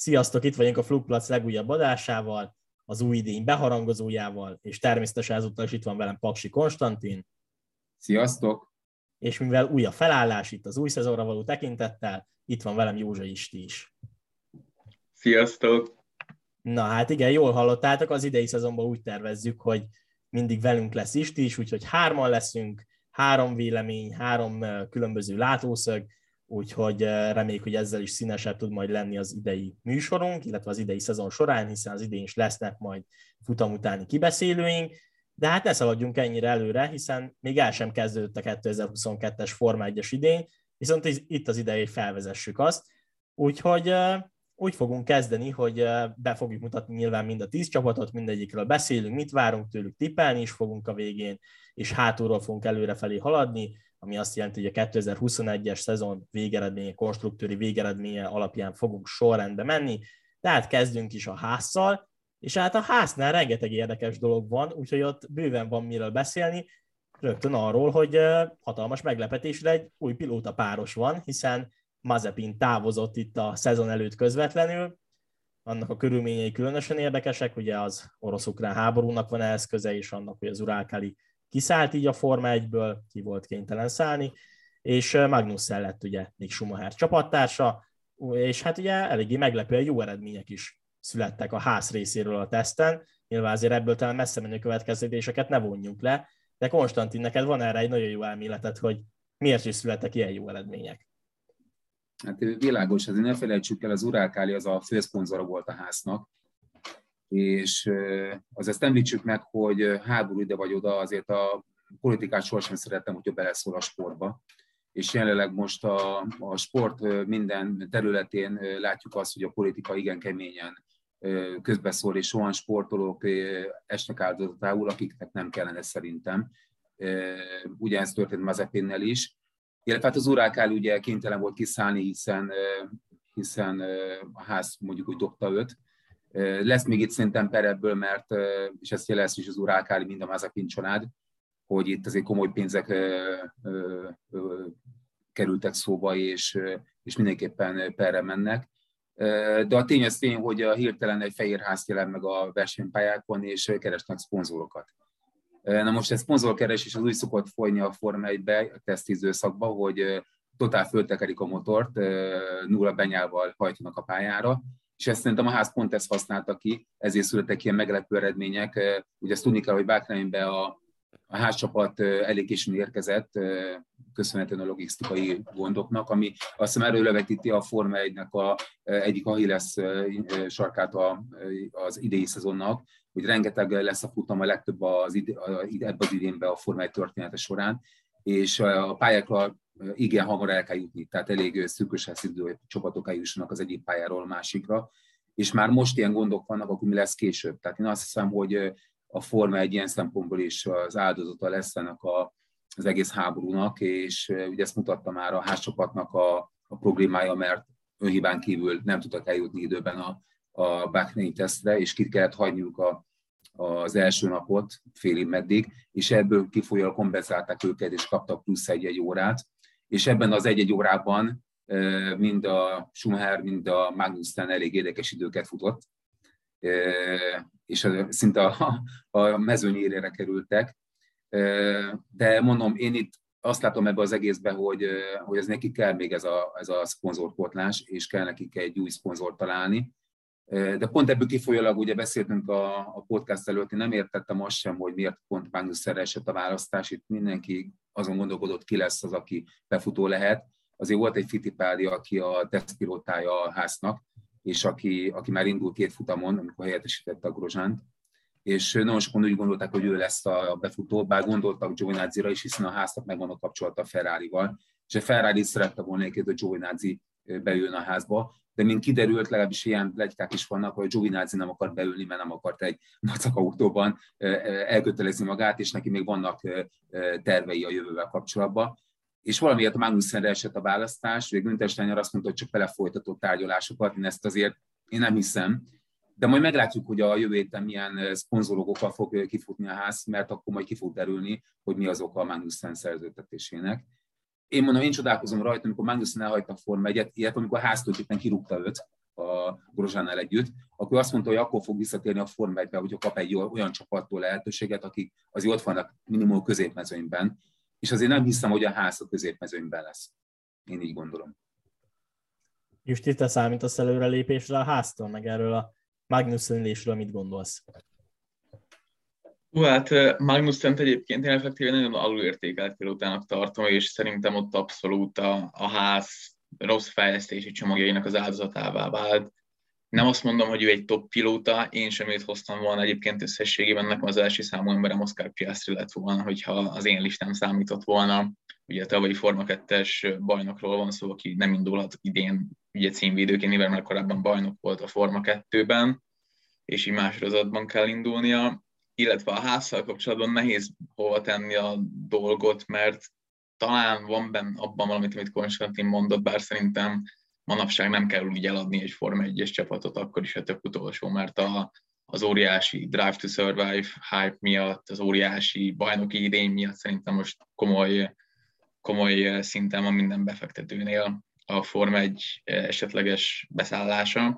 Sziasztok, itt vagyunk a Flugplac legújabb adásával, az új idény beharangozójával, és természetesen ezúttal is itt van velem Paksi Konstantin. Sziasztok! És mivel új a felállás itt az új szezonra való tekintettel, itt van velem Józsa Isti is. Sziasztok! Na hát igen, jól hallottátok, az idei szezonban úgy tervezzük, hogy mindig velünk lesz Isti is, úgyhogy 3-an leszünk, 3 vélemény, 3 különböző látószög, úgyhogy reméljük, hogy ezzel is színesebb tud majd lenni az idei műsorunk, illetve az idei szezon során, hiszen az idén is lesznek majd futam utáni kibeszélőink, de hát ne szaladjunk ennyire előre, hiszen még el sem kezdődött a 2022-es Forma 1-es idény, viszont itt az ideje, hogy felvezessük azt, úgyhogy úgy fogunk kezdeni, hogy be fogjuk mutatni nyilván mind a 10 csapatot, mindegyikről beszélünk, mit várunk tőlük, tippelni is fogunk a végén, és hátulról fogunk előrefelé haladni, ami azt jelenti, hogy a 2021-es szezon végeredménye, konstruktőri végeredménye alapján fogunk sorrendbe menni, tehát kezdünk is a Haasszal, és hát a Haasnál rengeteg érdekes dolog van, úgyhogy ott bőven van miről beszélni, rögtön arról, hogy hatalmas meglepetésre egy új pilótapáros van, hiszen Mazepin távozott itt a szezon előtt közvetlenül, annak a körülményei különösen érdekesek, ugye az orosz-ukrán háborúnak van ehhez köze, és annak, hogy az Uralkali kiszállt így a Forma 1-ből, ki volt kénytelen szállni, és Magnussen lett ugye Mick Schumacher csapattársa, és hát ugye eléggé meglepően jó eredmények is születtek a Haas részéről a teszten, nyilván azért ebből talán messze menő következtetéseket ne vonjunk le, de Konstantin, neked van erre egy nagyon jó elméleted, hogy miért is születtek ilyen jó eredmények? Hát világos, azért ne felejtsük el, az Uralkali az a főszponzora volt a Haasnak, és azt említsük meg, hogy háború ide vagy oda, azért a politikát sohasem szerettem, hogyha beleszól a sportba. És jelenleg most a sport minden területén látjuk azt, hogy a politika igen keményen közbeszól, és olyan sportolók esnek áldozatául, akiknek nem kellene szerintem. Ugyanez történt Mazepinnel is. Illetve hát az Uralkali ugye kénytelen volt kiszállni, hiszen a Haas mondjuk úgy dobta őt. Lesz még itt szerintem per ebből, mert, és ezt jelez is az Uralkali, mind a Mazepin család, hogy itt azért komoly pénzek kerültek szóba, és mindenképpen perre mennek. De a tény az tény, hogy a hirtelen egy fehér Haas jelent meg a versenypályákon, és keresnek szponzorokat. Na most ez szponzorkeresés az úgy szokott folyni a Forma 1-be, a tesztidőszakban, hogy totál föltekerik a motort, nulla benyával hajtanak a pályára, és ezt szerintem a Haas pont ezt használta ki, ezért születtek ilyen meglepő eredmények. Ugye azt tudni kell, hogy Bahrainbe a Haas csapat elég későn érkezett, köszönhetően a logisztikai gondoknak, ami azt hiszem előrevetíti a Forma 1-nek egyik Achilles sarkát az idei szezonnak, hogy rengeteg lesz a futam, a legtöbb ebben az idénben a Forma 1 története során, és a pályákra igen hamar el kell jutni, tehát elég szűkös lesz idő, hogy csapatok eljussanak az egyik pályáról a másikra, és már most ilyen gondok vannak, akkor mi lesz később. Tehát én azt hiszem, hogy a Forma 1 ilyen szempontból is az áldozata lesz ennek az egész háborúnak, és ugye ezt mutatta már a Haas csapatnak a problémája, mert önhibán kívül nem tudtak eljutni időben a Bahraini tesztre, és ki kellett hagyniuk az első napot félig meddig, és ebből kifolyólag kompenzálták őket, és kaptak plusz egy órát, és ebben az egy órában mind a Schumacher, mind a Magnussen elég érdekes időket futott, és szinte a mezőny élére kerültek. De mondom, én itt azt látom ebbe az egészben, hogy ez nekik kell még ez a szponzorpótlás, és kell nekik egy új szponzort találni. De pont ebből kifolyólag ugye beszéltünk a podcast előtt, én nem értettem azt sem, hogy miért pont Magnussenre esett a választás. Itt mindenki azon gondolkodott, ki lesz az, aki befutó lehet. Azért volt egy Fittipaldi, aki a tesztpilótája a Haasnak, és aki már indult 2 futamon, amikor helyettesítette a Grosjeant. És nagyon sokan úgy gondolták, hogy ő lesz a befutó, bár gondoltak Giovinazzi-ra is, hiszen a Haasnak megvan a kapcsolata a Ferrarival, és a Ferrari szerette volna hogy Giovinazzi beüljön a Haasba, de mint kiderült, legalábbis ilyen pletykák is vannak, hogy Giovinazzi nem akart beülni, mert nem akart egy macak autóban elkötelezni magát, és neki még vannak tervei a jövővel kapcsolatban. És valamiért a Magnussenre esett a választás, végül Günther Steiner azt mondta, hogy csak belefolytatott tárgyalásokat, én ezt azért nem hiszem, de majd meglátjuk, hogy a jövő héten milyen szponzorokkal fog kifutni a Haas, mert akkor majd ki fog derülni, hogy mi az oka a Magnussen szerződtetésének. Én mondom, én csodálkozom rajta, amikor Magnussen elhagyta a Forma 1-et, illetve amikor a Haas tulajdonképpen kirúgta őt, a Grosjeannal együtt, akkor azt mondta, hogy akkor fog visszatérni a Forma 1-be, hogyha kap egy olyan csapattól lehetőséget, akik azért ott vannak minimum középmezőnyben, és azért nem hiszem, hogy a Haas a középmezőnyben lesz. Én így gondolom. Justi, te számítasz előrelépésre a Haastól, meg erről a Magnussen-ülésről mit gondolsz? Hát Magnussen egyébként én effektíven nagyon alulértékelt pilótának tartom, és szerintem ott abszolút a Haas rossz fejlesztési csomagjainak az áldozatává vált. Nem azt mondom, hogy ő egy top pilóta, én sem őt hoztam volna egyébként összességében, nekem az első számú emberem Oscar Piastri lett volna, hogyha az én listám számított volna. Ugye a tavalyi Forma 2-es bajnokról van szó, aki nem indulhat idén ugye címvédőként, mivel már korábban bajnok volt a Forma 2-ben, és így más sorozatban kell indulnia. Illetve a Haasszal kapcsolatban nehéz hova tenni a dolgot, mert talán van benne abban valamit, amit Konstantin mondott, bár szerintem manapság nem kell úgy eladni egy Forma 1-es csapatot, akkor is a tök utolsó, mert az óriási Drive to Survive hype miatt, az óriási bajnoki idény miatt szerintem most komoly szinten van minden befektetőnél a Forma 1 esetleges beszállása.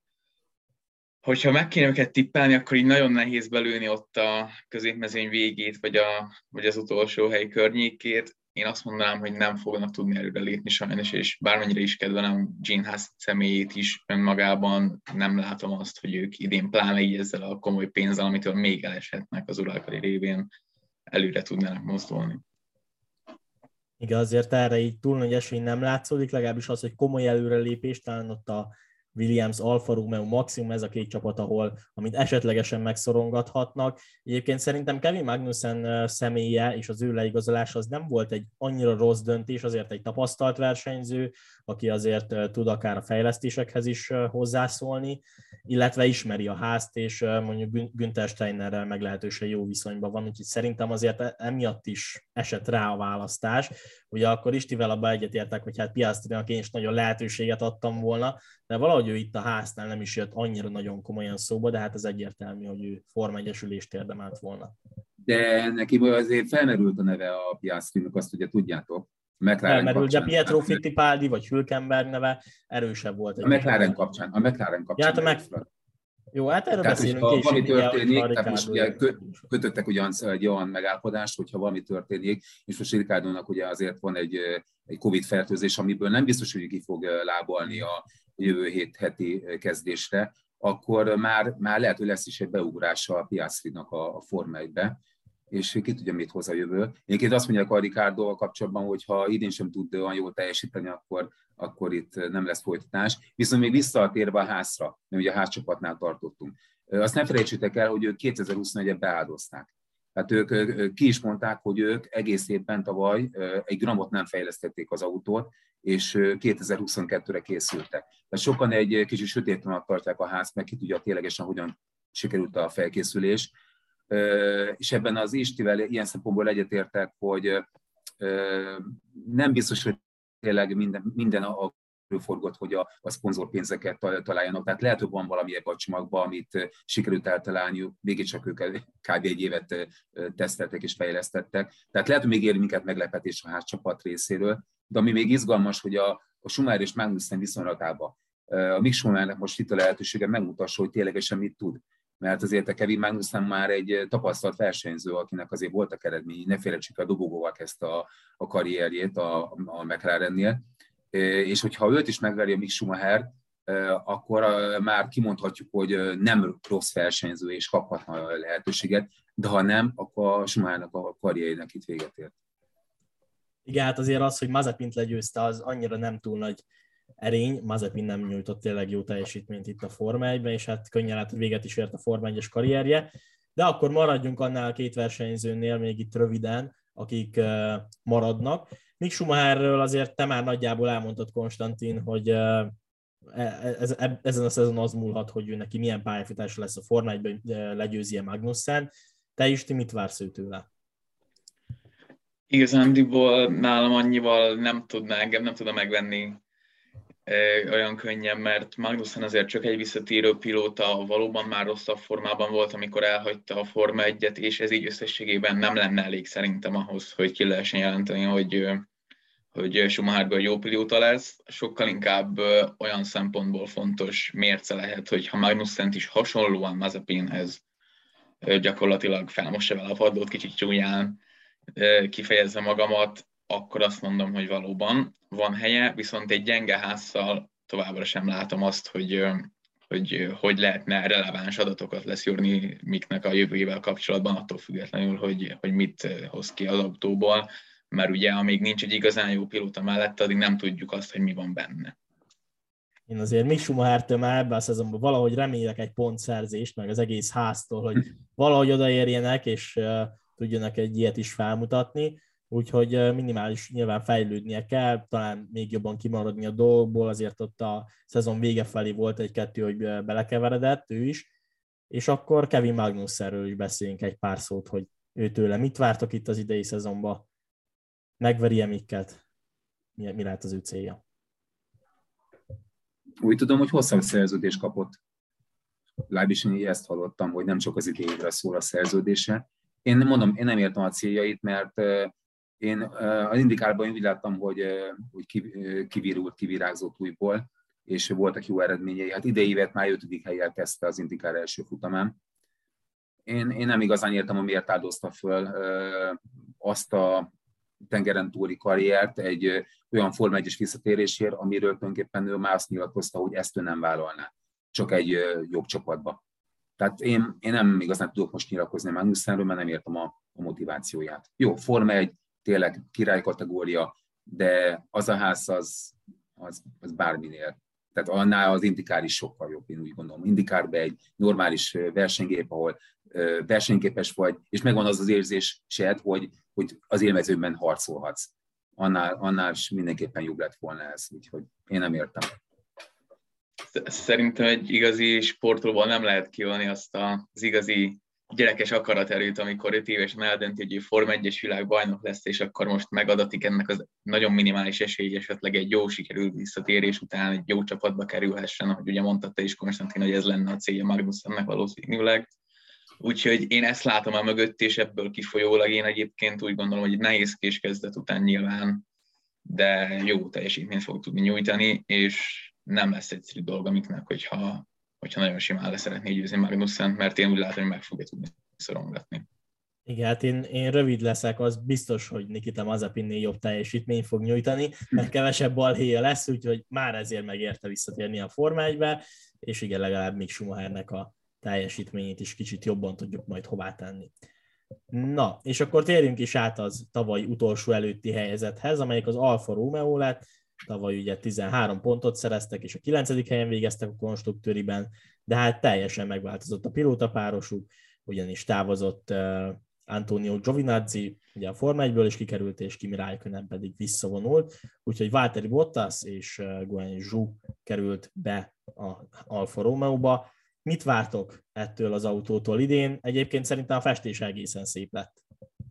Hogyha meg kéne őket tippelni, akkor így nagyon nehéz belőni ott a középmezőny végét, vagy az utolsó hely környékét. Én azt mondanám, hogy nem fognak tudni előre lépni sajnos, és bármennyire is kedvelem Gene Haas személyét is önmagában, nem látom azt, hogy ők idén pláne így ezzel a komoly pénzzel, amitől még eleshetnek az uralkari révén, előre tudnának mozdulni. Igen, azért erre így túl nagy esély nem látszódik, legalábbis az, hogy komoly előrelépés, talán ott a Williams, Alfa Romeo, maximum ez a két csapat, amit esetlegesen megszorongathatnak. Egyébként szerintem Kevin Magnussen személye és az ő leigazolása az nem volt egy annyira rossz döntés, azért egy tapasztalt versenyző, aki azért tud akár a fejlesztésekhez is hozzászólni, illetve ismeri a Haast, és mondjuk Günther Steinerrel meglehetősen jó viszonyban van, úgyhogy szerintem azért emiatt is esett rá a választás. Ugye akkor Istivel abban egyetértek, hogy hát Piastrinak én is nagyon lehetőséget adtam volna, de valahogy ő itt a Haasnál nem is jött annyira nagyon komolyan szóba, de hát ez egyértelmű, hogy ő Forma 1-es ülést érdemelt volna. De neki azért felmerült a neve a Piastrinak, azt ugye tudjátok. Felmerült, de Pietro Fittipaldi vagy Hülkenberg neve erősebb volt. A McLaren kapcsán. Jó, hát erről tehát, beszélünk hogyha valami történik, tehát most ugye kötöttek egy olyan megállapodást, hogyha valami történik, és most Ricardónak ugye azért van egy Covid-fertőzés, amiből nem biztos, hogy ki fog lábalni a jövő heti kezdésre, akkor már lehet, hogy lesz is egy beugrása a Piastrinak a Forma 1-be, és ki tudja, mit hoz a jövő. Én azt mondják a Ricardóval kapcsolatban, hogy ha idén sem tud olyan jól teljesíteni, akkor itt nem lesz folytatás. Viszont még visszatérve a Haasra, mert ugye a Haas csapatnál tartottunk. Azt ne felejtsétek el, hogy ők 2021-ben beáldozták. Hát ők ki is mondták, hogy ők egész évben tavaly egy gramot nem fejlesztették az autót, és 2022-re készültek. Tehát sokan egy kicsit sötétlenek tartják a Haast, meg ki tudja ténylegesen, hogyan sikerült a felkészülés. És ebben az Istivel ilyen szempontból egyetértek, hogy nem biztos, hogy tényleg minden a forgott, hogy a szponzorpénzeket találjanak. Tehát lehet, hogy van valami ebben a csomagban, amit sikerült eltalálniuk, mégiscsak ők kb. Egy évet teszteltek és fejlesztettek. Tehát lehet, hogy még ér minket meglepetés a Haas csapat részéről, de ami még izgalmas, hogy a Schumacher és Magnussen viszonylatában a Mick Schumachernek most itt a lehetősége megmutassa, hogy ténylegesen mit tud. Mert azért a Kevin Magnussen már egy tapasztalt versenyző, akinek azért voltak eredményei, ne félrecsük, a dobogóval kezdte a karrierjét a McLarennél, és hogyha őt is megveri a Mick Schumacher, akkor már kimondhatjuk, hogy nem rossz versenyző, és kaphatna lehetőséget, de ha nem, akkor a Schumachernek a karrierjének itt véget ért. Igen, hát azért az, hogy Mazepint legyőzte, az annyira nem túl nagy erény. Mazepin nem nyújtott tényleg jó teljesítményt itt a Forma 1-ben, és hát könnyen lehet, hogy véget is ért a Forma 1-es karrierje. De akkor maradjunk annál a két versenyzőnél még itt röviden, akik maradnak. Mick Schumacherről azért te már nagyjából elmondtad, Konstantin, hogy ezen a szezon az múlhat, hogy ő neki milyen pályafutása lesz a Forma 1-ben, legyőzi-e Magnussen. Te is, mit vársz ő tőle? Igazándiból nálam annyival engem nem tudna megvenni olyan könnyen, mert Magnussen azért csak egy visszatérő pilóta, valóban már rosszabb formában volt, amikor elhagyta a Forma 1-et, és ez így összességében nem lenne elég szerintem ahhoz, hogy ki lehessen jelenteni, hogy hogy Schumacherből jó pilóta lesz, sokkal inkább olyan szempontból fontos mérce lehet, hogy ha Magnussent is hasonlóan Mazepinhez gyakorlatilag felmossa vele a padlót, kicsit csúnyán kifejezve magamat, akkor azt mondom, hogy valóban van helye, viszont egy gyenge házzal továbbra sem látom azt, hogy lehetne releváns adatokat leszűrni Micknek a jövőjével kapcsolatban, attól függetlenül, hogy mit hoz ki az autóból, mert ugye amíg nincs egy igazán jó pilóta mellett, addig nem tudjuk azt, hogy mi van benne. Én azért Mick Schumachertől már ebben a szezonban valahogy remélek egy pontszerzést, meg az egész háztól, hogy valahogy odaérjenek, és tudjanak egy ilyet is felmutatni, úgyhogy minimális nyilván fejlődnie kell, talán még jobban kimaradni a dolgokból, azért ott a szezon vége felé volt egy-kettő, hogy belekeveredett ő is, és akkor Kevin Magnussenről is beszéljünk egy pár szót, hogy őtőle mit vártok itt az idei szezonban, megveri-e Micket, mi lehet az ő célja? Úgy tudom, hogy hosszabb szerződést kapott. Legalábbis én ezt hallottam, hogy nem csak az idejére szól a szerződése. Én nem értem a céljait, mert én az Indikárban úgy láttam, hogy kivirágzott újból, és voltak jó eredményei. Hát idei évet már 5. helyen kezdte az Indikár első futamán. Én nem igazán értem, hogy miért áldozta föl azt a tengeren túli karriert egy olyan Forma 1-es visszatérésért, amiről tulajdonképpen ő már azt nyilatkozta, hogy ezt ő nem vállalná, csak egy jobb csapatba. Tehát én nem igazán tudok most nyilatkozni Magnussenről, mert nem értem a motivációját. Jó, Forma 1, tényleg király kategória, de az a ház az bárminél. Tehát annál az Indikár is sokkal jobb, én úgy gondolom. Indikárban egy normális versenygép, ahol versenyképes vagy, és megvan az az érzésed, hogy az élmezőben harcolhatsz. Annál is mindenképpen jobb lett volna ez, úgyhogy én nem értem. Szerintem egy igazi sportolóban nem lehet kivonni azt az igazi gyerekes akaraterőt, amikor 5 évesen eldönti, hogy ő Forma 1-es világbajnok lesz, és akkor most megadatik ennek az nagyon minimális esély, esetleg egy jó sikerült visszatérés után egy jó csapatba kerülhessen, ahogy ugye mondta te is, Konstantin, hogy ez lenne a célja Magnussennek valószínűleg. Úgyhogy én ezt látom a mögött, és ebből kifolyólag én egyébként úgy gondolom, hogy egy nehézkés kezdet után nyilván, de jó teljesítményt fog tudni nyújtani, és nem lesz egyszerű dolga Micknek, hogyha nagyon simán le szeretné győzni Magnussent, mert én úgy látom, hogy meg fogja tudni szorongatni. Igen, hát én rövid leszek, az biztos, hogy Nikita Mazepinnél jobb teljesítményt fog nyújtani, mert kevesebb balhéja lesz, úgyhogy már ezért megérte visszatérni a Forma 1-be, és igen, legalább Mick Schumachernek a teljesítményét is kicsit jobban tudjuk majd hová tenni. Na, és akkor térjünk is át az tavaly utolsó előtti helyzethez, amelyik az Alfa Romeo lett. Tavaly ugye 13 pontot szereztek, és a 9. helyen végeztek a konstruktőriben, de hát teljesen megváltozott a pilótapárosuk, ugyanis távozott Antonio Giovinazzi, ugye a Forma 1-ből is kikerült, és Kimi Räikkönen pedig visszavonult, úgyhogy Valtteri Bottas és Guanyu Zhou került be az Alfa Romeo-ba. Mit vártok ettől az autótól idén? Egyébként szerintem a festés egészen szép lett.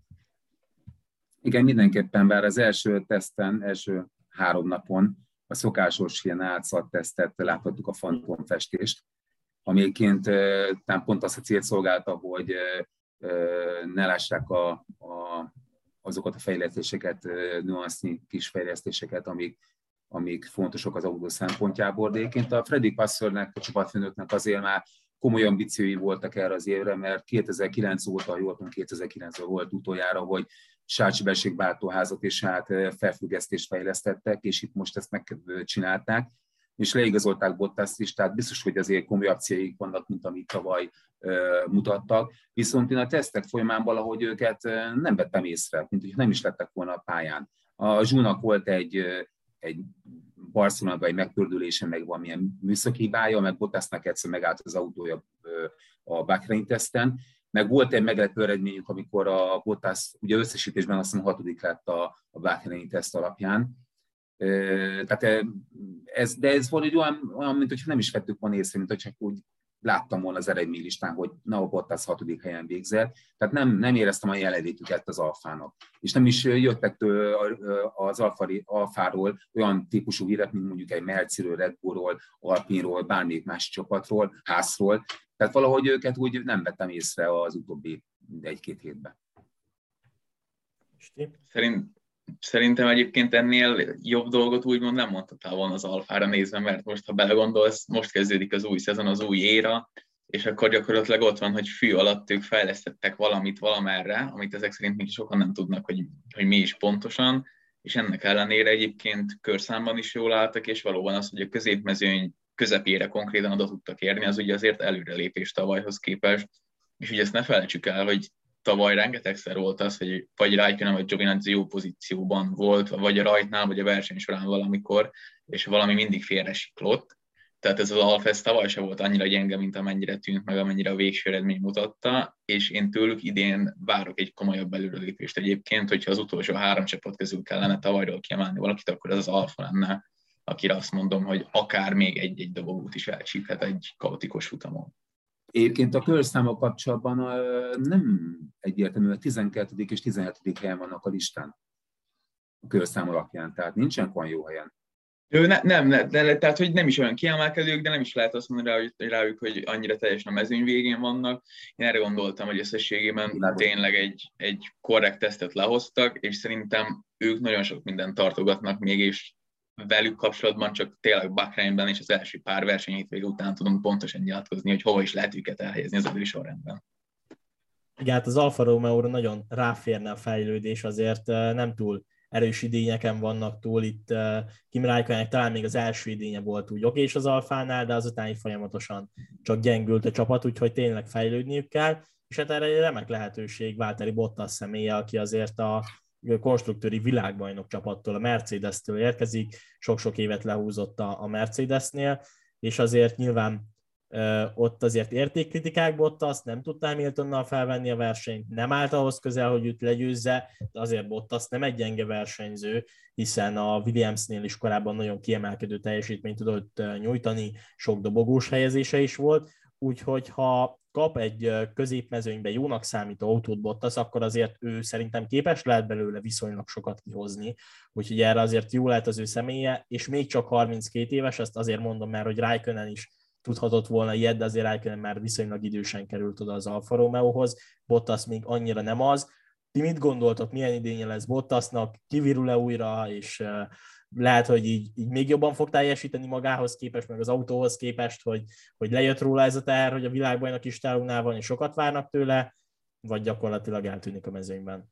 Igen, mindenképpen, bár az első 3 napon a szokásos ilyen átszat tesztet láthattuk, a fantomfestést, amiként talán pont azt a célt szolgálta, hogy ne lássák azokat a fejlesztéseket, nüansznyi kis fejlesztéseket, amik fontosak az autó szempontjából. De egyébként a Fredrik Vasseurnek, a csapatfőnöknek azért már komoly ambíciói voltak erre az évre, mert 2009 óta, jól tudom, 2009-ben volt utoljára, hogy sársebességváltóházat és felfüggesztést fejlesztettek, és itt most ezt megcsinálták, és leigazolták Bottaszt is, tehát biztos, hogy azért komolyabb céljaik vannak, mint amit tavaly mutattak. Viszont én a tesztek folyamán valahogy őket nem vettem észre, mint hogy nem is lettek volna a pályán. A Zsúnak volt egy Barcelonában egy megpördülése, meg valamilyen műszaki hibája, meg Bottasnak egyszer megállt az autója a Bahrein teszten, meg volt egy meglepő eredményük, amikor a Bottas ugye összesítésben azt hiszem 6. lett a Bahreini teszt alapján. Tehát ez volt egy olyan, mint hogyha nem is vettük volna észre, mint hogyha úgy láttam volna az eredménylistán, hogy na, a Bottas 6. helyen végzett. Tehát nem éreztem a jelenlétüket az Alfának. És nem is jöttek az Alfáról olyan típusú hírek, mint mondjuk egy Merciről, Red Bullról, Alpinról, bármelyik más csapatról, házról. Tehát valahogy őket úgy nem vettem észre az utóbbi 1-2 hétben. Szerintem egyébként ennél jobb dolgot úgymond nem mondhatál volna az Alfára nézve, mert most, ha belegondolsz, most kezdődik az új szezon, az új éra, és akkor gyakorlatilag ott van, hogy fű alatt ők fejlesztettek valamit valamerre, amit ezek szerint még sokan nem tudnak, hogy mi is pontosan, és ennek ellenére egyébként körszámban is jól álltak, és valóban az, hogy a középmezőny közepére konkrétan oda tudtak érni, az ugye azért előrelépés tavalyhoz képest, és ugye ezt ne felejtsük el, hogy tavaly rengetegszer volt az, hogy vagy Raikkonen vagy Giovinazzi jó pozícióban volt, vagy a rajtnál, vagy a verseny során valamikor, és valami mindig félre siklott. Tehát ez az Alfa tavaly sem volt annyira gyenge, mint amennyire tűnt meg, amennyire a végső eredmény mutatta, és én tőlük idén várok egy komolyabb előrelépést egyébként, hogyha az utolsó 3 csapat közül kellene tavalyról kiemelni valakit, akkor ez az Alfa lenne, akire azt mondom, hogy akár még egy dobogót is elcsíphet egy kaotikus futamon. Egyébként a körszámok kapcsolatban nem egyértelmű, hogy 12. és 17. helyen vannak a listán a körszám alapján, tehát nincsenek olyan jó helyen. Tehát hogy nem is olyan kiemelkedők, de nem is lehet azt mondani rájuk, hogy annyira teljesen a mezőny végén vannak. Én erre gondoltam, hogy összességében tényleg egy korrekt tesztet lehoztak, és szerintem ők nagyon sok mindent tartogatnak még, és velük kapcsolatban csak tényleg Bahreinben és az első pár verseny hétvége után tudom pontosan nyilatkozni, hogy hova is lehet őket elhelyezni az elősorrendben. Igen, hát az Alfa Romeo-ra nagyon ráférne a fejlődés, azért nem túl erős idényeken vannak túl. Itt Kimi Räikkönennek talán még az első idénye volt úgy okés az Alfánál, de azután így folyamatosan csak gyengült a csapat, úgyhogy tényleg fejlődniük kell, és hát erre egy remek lehetőség Valtteri Bottas személye, aki azért a konstruktőri világbajnok csapattól, a Mercedes-től érkezik, sok-sok évet lehúzott a Mercedesnél, és azért nyilván ott azért értékkritikák Bottas, nem tudta Hamiltonnal felvenni a versenyt, nem állt ahhoz közel, hogy őt legyőzze, de azért Bottas nem egy gyenge versenyző, hiszen a Williamsnél is korábban nagyon kiemelkedő teljesítményt tudott nyújtani, sok dobogós helyezése is volt, úgyhogy ha kap egy középmezőnyben jónak számító autót Bottas, akkor azért ő szerintem képes lehet belőle viszonylag sokat kihozni, úgyhogy erre azért jó lehet az ő személye, és még csak 32 éves, ezt azért mondom, mert hogy Räikkönen is tudhatott volna ilyet, de azért Räikkönen már viszonylag idősen került oda az Alfa Romeohoz, Bottas még annyira nem az. Ti mit gondoltok, milyen idénye lesz Bottasnak, kivirul-e újra, és lehet, hogy így még jobban fog teljesíteni magához képest, meg az autóhoz képest, hogy lejött róla ez a teher, hogy a világbajnok is távunál van, és sokat várnak tőle, vagy gyakorlatilag eltűnik a mezőnyben?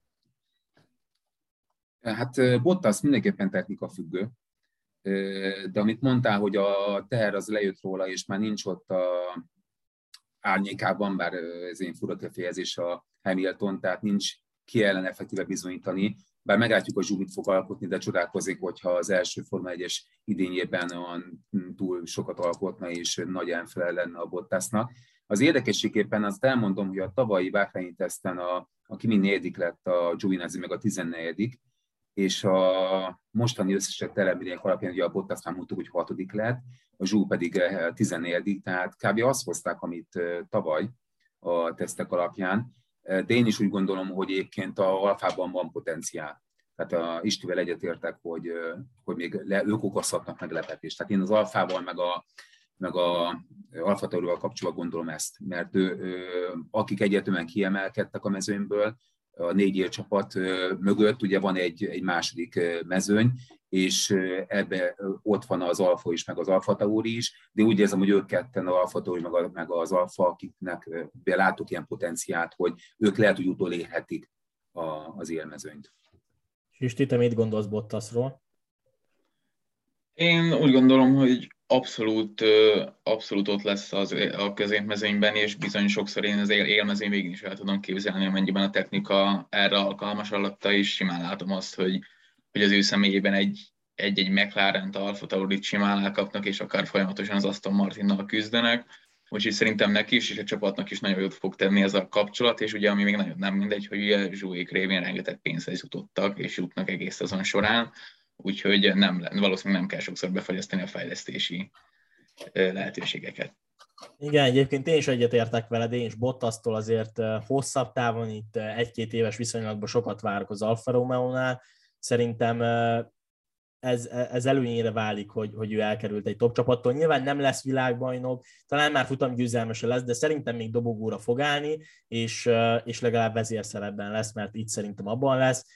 Hát Bottas mindenképpen technika függő, de amit mondtál, hogy a teher az lejött róla, és már nincs ott a árnyékában, bár ez én fura kifejezés a Hamilton, tehát nincs ki ellen effektíve bizonyítani, bár meglátjuk, hogy Zsú fog alkotni, de csodálkozik, hogyha az első Forma 1-es idényében túl sokat alkotna, és nagy ellenfele lenne a Bottasnak. Az érdekességképpen azt elmondom, hogy a tavalyi Bahreini teszten a Kimi 4. lett, a Giovinazzi meg a 14., és a mostani összesett eredmények alapján ugye a Bottasnál mondtuk, hogy 6. lett, a Zsú pedig 14., tehát kb. Azt hozták, amit tavaly a tesztek alapján, de én is úgy gondolom, hogy egyébként a Alfában van potenciál. Tehát a Istivel egyetértek, hogy még ők okozhatnak meglepetést. Tehát én az Alfával meg a Alfa Taurival kapcsolatban gondolom ezt, mert akik egyértelműen kiemelkedtek a mezőnyből, a 4 élcsapat mögött ugye van egy második mezőny, és ebbe ott van az Alfa is, meg az Alfa Tauri is, de úgy érzem, hogy ők ketten, az Alfa Tauri meg az Alfa, akiknek látok ilyen potenciált, hogy ők lehet, hogy utolérhetik az élmezőnyt. És te mit gondolsz Bottasról? Én úgy gondolom, hogy abszolút ott lesz a középmezőnyben, és bizony sokszor én az élmezőny végén is el tudom képzelni, amennyiben a technika erre alkalmas alatta, és simán látom azt, hogy az ő személyében egy McLaren-t, Alfa Taurit simán elkapnak, és akár folyamatosan az Aston Martinnal küzdenek. Úgyhogy szerintem neki is, és a csapatnak is nagyon jót fog tenni ez a kapcsolat, és ugye ami még nagyon nem mindegy, hogy ugye Zsúék révén rengeteg pénzhez jutottak, és jutnak egész azon során, úgyhogy valószínűleg nem kell sokszor befagyasztani a fejlesztési lehetőségeket. Igen, egyébként én is egyetértek veled, én is Bottastól azért hosszabb távon, itt 1-2 éves viszonylatban sokat várok az Alfa Romeo-nál. Szerintem ez előnyére válik, hogy ő elkerült egy top csapattól. Nyilván nem lesz világbajnok, talán már futamgyőzelmese lesz, de szerintem még dobogóra fog állni, és legalább vezérszerepben lesz, mert itt szerintem abban lesz.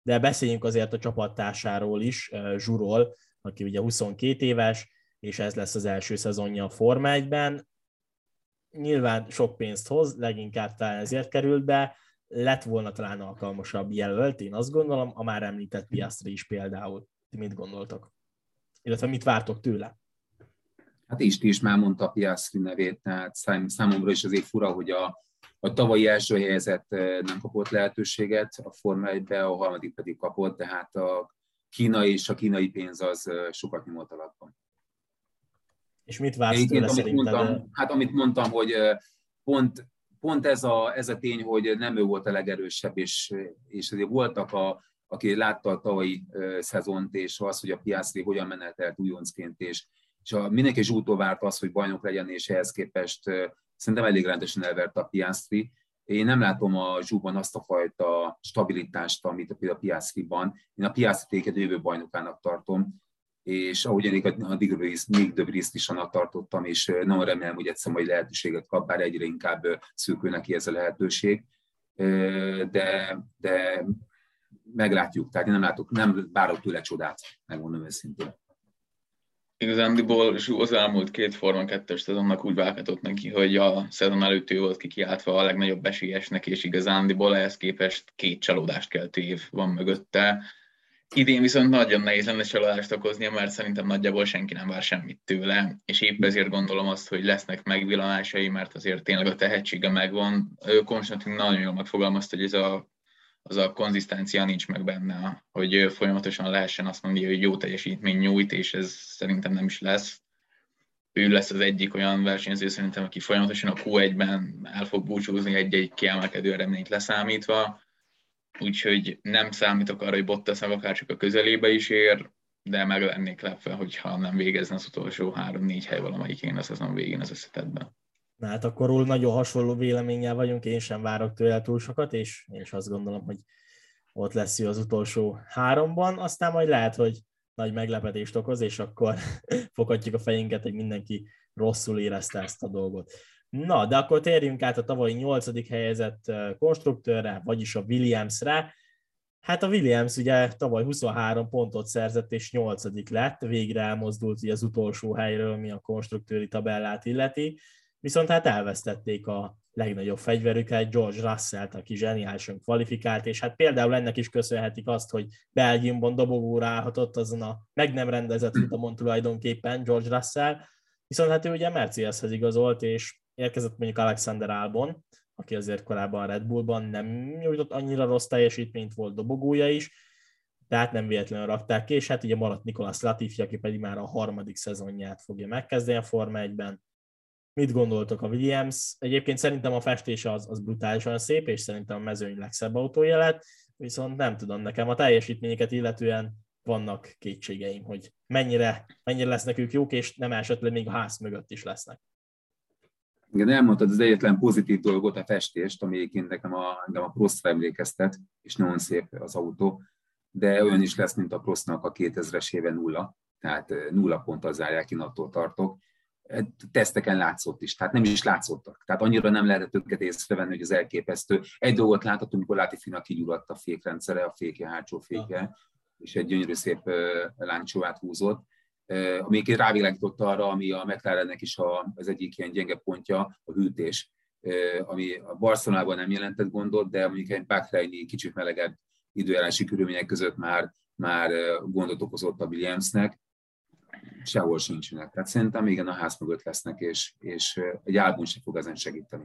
de beszéljünk azért a csapattársáról is, Zsuról, aki ugye 22 éves, és ez lesz az első szezonja a Forma 1-ben. Nyilván sok pénzt hoz, leginkább talán ezért került be, lett volna talán alkalmasabb jelölt, én azt gondolom, a már említett Piastri is például. Ti mit gondoltok? Illetve mit vártok tőle? Hát Isti is már mondta Piastri nevét, tehát számomra is azért fura, hogy a tavalyi első helyezett nem kapott lehetőséget a Forma 1-be, a harmadik pedig kapott, de hát a kínai és a kínai pénz az sokat nyomott alatt. És mit vársz tőle szerinted? Amit mondtam, hogy pont ez a tény, hogy nem ő volt a legerősebb, és azért voltak, aki látta a tavalyi szezont, és az, hogy a Piastri hogyan menetelt újoncként, és mindenki Zsútól várt az, hogy bajnok legyen, és ehhez képest szerintem elég rendesen elvert a Piastri. Én nem látom a Zsúban azt a fajta stabilitást, amit a Piastriban. Én a Piastrit egy jövő bajnokának tartom, és ahogyan a Nick de Vries is annak tartottam, és nagyon remélem, hogy egyszer majd lehetőséget kap, bár egyre inkább szűkül neki ez a lehetőség. De meglátjuk, tehát én nem várok tőle csodát, megmondom őszintén. Igazándiból az elmúlt 2 Forma 2-es szezonnak úgy válhatott neki, hogy a szezon előtt ő volt kikiáltva a legnagyobb esélyesnek, és igazándiból ehhez képest 2 csalódást keltő év van mögötte. Idén viszont nagyon nehéz lenne csalódást okoznia, mert szerintem nagyjából senki nem vár semmit tőle, és épp ezért gondolom azt, hogy lesznek megvillanásai, mert azért tényleg a tehetsége megvan. Konstantin nagyon jól megfogalmazta, hogy az a konzisztencia nincs meg benne, hogy folyamatosan lehessen azt mondani, hogy jó teljesítmény nyújt, és ez szerintem nem is lesz. Ő lesz az egyik olyan versenyző szerintem, aki folyamatosan a Q1-ben el fog búcsúzni egy-egy kiemelkedő eredményt leszámítva, úgyhogy nem számítok arra, hogy Bottasnak akár csak a közelébe is ér, de meg lennék lepve, hogyha nem végezne az utolsó 3-4 hely valamelyikén a szezon végén az összetettben. Na hát akkor nagyon hasonló véleménnyel vagyunk, én sem várok tőle túl sokat, és én is azt gondolom, hogy ott lesz ő az utolsó 3-ban, aztán majd lehet, hogy nagy meglepetést okoz, és akkor foghatjuk a fejünket, hogy mindenki rosszul érezte ezt a dolgot. Na, de akkor térjünk át a tavalyi 8. helyezett konstruktőrre, vagyis a Williamsre. Hát a Williams ugye tavaly 23 pontot szerzett, és 8. lett, végre elmozdult ugye az utolsó helyről, mi a konstruktőri tabellát illeti, viszont hát elvesztették a legnagyobb fegyverüket, George Russellt, aki zseniálisan kvalifikált, és hát például ennek is köszönhetik azt, hogy Belgiumban dobogóra állhatott azon a meg nem rendezett futamon tulajdonképpen George Russell, viszont hát ő ugye Mercedeshez igazolt, és érkezett mondjuk Alexander Albon, aki azért korábban a Red Bullban nem nyújtott annyira rossz teljesítményt, volt dobogója is, tehát nem véletlenül rakták ki, és hát ugye maradt Nicolas Latifi, aki pedig már a 3. szezonját fogja megkezdeni a Forma 1-ben. Mit gondoltok a Williams? Egyébként szerintem a festése az brutálisan szép, és szerintem a mezőny legszebb autója lett, viszont nem tudom, nekem a teljesítményeket illetően vannak kétségeim, hogy mennyire lesznek ők jók, és nem esetleg még a ház mögött is lesznek. Igen, elmondtad az egyetlen pozitív dolgot, a festést, ami egyébként engem a Prostra emlékeztet, és nagyon szép az autó, de olyan is lesz, mint a Prostnak a 2000-es éve 0, tehát 0 ponttal zárják, én attól tartok. Teszteken látszott is, tehát nem is látszottak. Tehát annyira nem lehetett őket észrevenni, hogy az elképesztő. Egy dolgot láthatunk, amikor Latifinak kigyulladt a fékrendszere, a féke, hátsó féke, és egy gyönyörű szép lángcsóvát húzott. Amelyik rávilágított arra, ami a McLarennek is az egyik ilyen gyenge pontja, a hűtés, ami a Barcelonában nem jelentett gondot, de mondjuk egy Bahreini kicsit melegebb időjárási körülmények között már gondot okozott a Williamsnek, sehol sincsenek. Tehát szerintem igen, a ház mögött lesznek, és egy Albon sem fog ezen segíteni.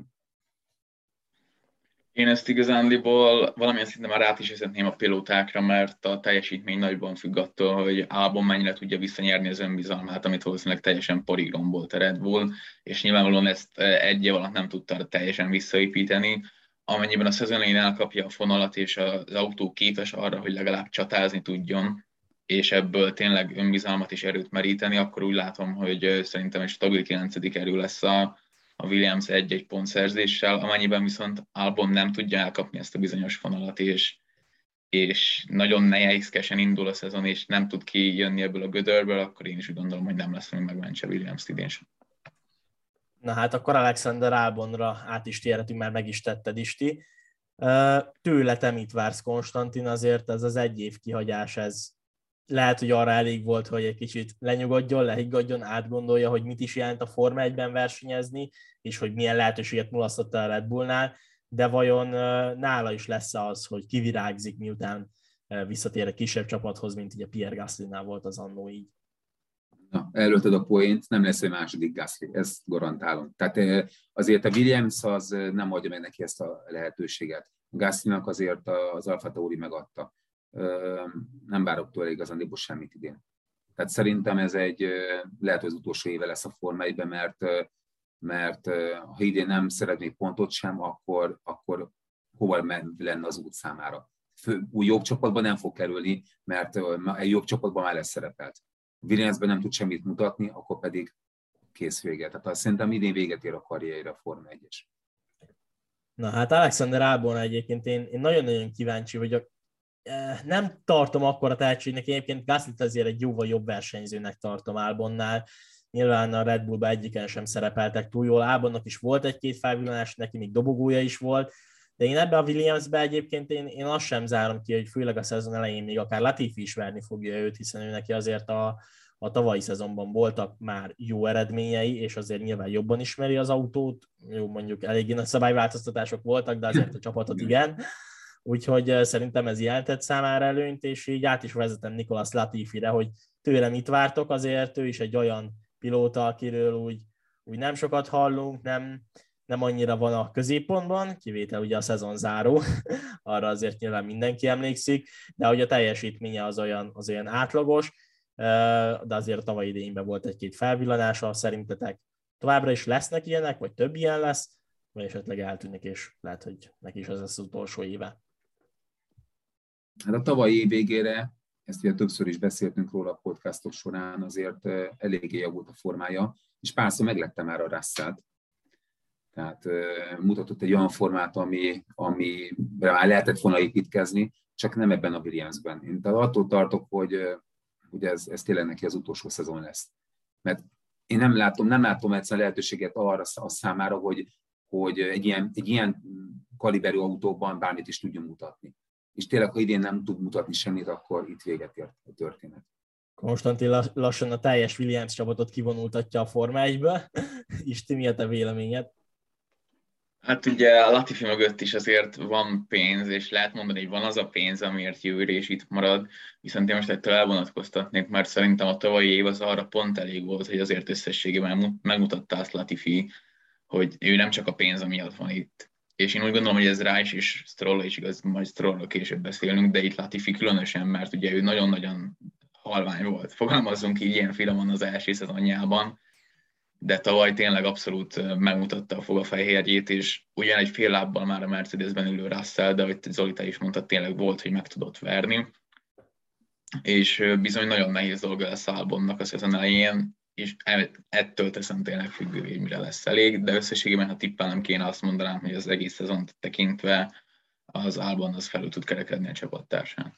Én ezt igazándiból valamilyen szinten már át is vezetném a pilótákra, mert a teljesítmény nagyban függ attól, hogy Albon mennyire tudja visszanyerni az önbizalmát, amit valószínűleg teljesen porig rombolt a Red Bull, és nyilvánvalóan ezt egy év alatt nem tudta teljesen visszaépíteni. Amennyiben a szezon elején elkapja a fonalat, és az autó képes arra, hogy legalább csatázni tudjon, és ebből tényleg önbizalmat és erőt meríteni, akkor úgy látom, hogy szerintem egy stabil 9. erő lesz a Williams egy-egy pontszerzéssel, amennyiben viszont Albon nem tudja elkapni ezt a bizonyos fonalat, és nagyon nehézkesen indul a szezon, és nem tud kijönni ebből a gödörből, akkor én is úgy gondolom, hogy nem lesz, hogy megmentse Williams idén sem. Na hát akkor Alexander Albonra át is térhetünk, már meg is tetted, Isti. Tőle te mit vársz, Konstantin? Azért ez az 1 év kihagyás, ez lehet, hogy arra elég volt, hogy egy kicsit lenyugodjon, lehiggadjon, átgondolja, hogy mit is jelent a Forma 1-ben versenyezni, és hogy milyen lehetőséget mulasztotta a Red Bullnál, de vajon nála is lesz az, hogy kivirágzik, miután visszatér egy kisebb csapathoz, mint ugye Pierre Gasly-nál volt az annó így? Na, előtted a point, nem lesz egy második Gasly, ezt garantálom. Tehát azért a Williams az nem adja meg neki ezt a lehetőséget. Gaslynak azért az Alfa Tauri megadta. Nem várok tőle igazándiból semmit idén. Tehát szerintem ez lehet, hogy az utolsó éve lesz a Forma 1-ben, mert ha idén nem szeretnék pontot sem, akkor hova lenne az út számára. Új jobb csapatban nem fog kerülni, mert egy jobb csapatban már lesz szerepelt. Williamsben nem tud semmit mutatni, akkor pedig kész vége. Tehát azt szerintem idén véget ér a karrierje a Forma 1-es. Na hát Alexander Albon egyébként én nagyon-nagyon kíváncsi vagyok. Nem tartom akkora tehetségnek, egyébként Gaslyt azért egy jóval jobb versenyzőnek tartom Albonnál. Nyilván a Red Bullban egyiken sem szerepeltek túl jól. Albonnak is volt egy-két felvillanás, neki még dobogója is volt, de én ebbe a Williamsbe egyébként én azt sem zárom ki, hogy főleg a szezon elején még akár Latifi is verni fogja őt, hiszen ő neki azért a tavalyi szezonban voltak már jó eredményei, és azért nyilván jobban ismeri az autót. Jó, mondjuk eléggé nagy szabályváltoztatások voltak, de azért a csapatot igen. Úgyhogy szerintem ez jelentett számára előnyt, és így át is vezetem Nicolas Latifire, hogy tőle mit vártok, azért ő is egy olyan pilóta, akiről úgy nem sokat hallunk, nem annyira van a középpontban, kivétel ugye a szezon záró, arra azért nyilván mindenki emlékszik, de hogy a teljesítménye az olyan átlagos, de azért a tavalyi idényben volt egy-két felvillanása. Szerintetek továbbra is lesznek ilyenek, vagy több ilyen lesz, vagy esetleg eltűnik, és lehet, hogy neki is ez lesz az utolsó éve? Hát a tavalyi év végére, ezt ugye többször is beszéltünk róla a podcastok során, azért eléggé javult a formája, és párszor meglepte már a Russellt. Tehát mutatott egy olyan formát, amire már lehetett volna építkezni, csak nem ebben a Williamsben. Én attól tartok, hogy ez tényleg neki az utolsó szezon lesz. Mert én nem látom egyszerűen lehetőséget arra a számára, hogy egy ilyen kaliberű autóban bármit is tudjon mutatni. És tényleg, ha idén nem tud mutatni semmit, akkor itt véget ért a történet. Konstantin lassan a teljes Williams csapatot kivonultatja a Forma 1-ből. Isti, mi a te véleményed? Hát ugye a Latifi mögött is azért van pénz, és lehet mondani, hogy van az a pénz, amiért jövőre is itt marad, viszont én most ettől elvonatkoztatnék, mert szerintem a tavalyi év az arra pont elég volt, hogy azért összességében megmutatta azt Latifi, hogy ő nem csak a pénz miatt van itt. És én úgy gondolom, hogy ez rá is, és Strollra is igaz, majd Strollról később beszélünk, de itt Latifi különösen, mert ugye ő nagyon-nagyon halvány volt. Fogalmazzunk így ilyen finoman az első szezonjában, de tavaly tényleg abszolút megmutatta a fogafehérjét, és ugyan egy fél lábbal már a Mercedesben ülő Russell, de ahogy Zolita is mondta, tényleg volt, hogy meg tudott verni. És bizony nagyon nehéz dolga lesz Albonnak a szezon elején, és ettől teszem tényleg függővé, hogy mire lesz elég, de összességében, ha tippelnem kéne, azt mondanám, hogy az egész szezont tekintve az Albon az felül tud kerekedni a csapattársán.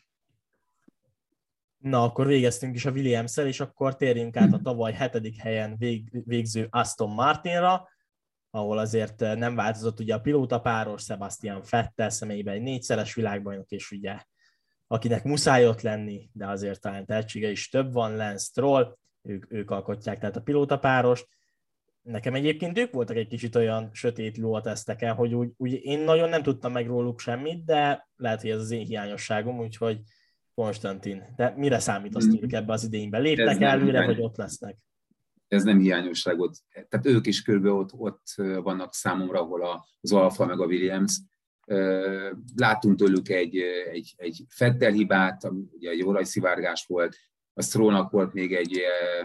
Na, akkor végeztünk is a Williams-szel, és akkor térjünk át a tavaly 7. helyen végző Aston Martinra, ahol azért nem változott ugye a pilótapáros, Sebastian Vettel személyében egy 4-szeres világbajnok, és ugye akinek muszáj ott lenni, de azért talán tehetsége is több van, Lance Stroll, ők alkotják tehát a pilótapárost. Nekem egyébként ők voltak egy kicsit olyan sötét ló a teszteken, hogy úgy én nagyon nem tudtam meg róluk semmit, de lehet, hogy ez az én hiányosságom, úgyhogy Konstantin, de mire számítasz tőlük ebbe az idényben? Lépnek előre, vagy ott lesznek? Ez nem hiányosságot. Tehát ők is körülbelül ott vannak számomra, ahol az Alfa meg a Williams. Láttunk tőlük egy Vettel hibát, ugye egy olajszivárgás volt, a Strollnak volt még egy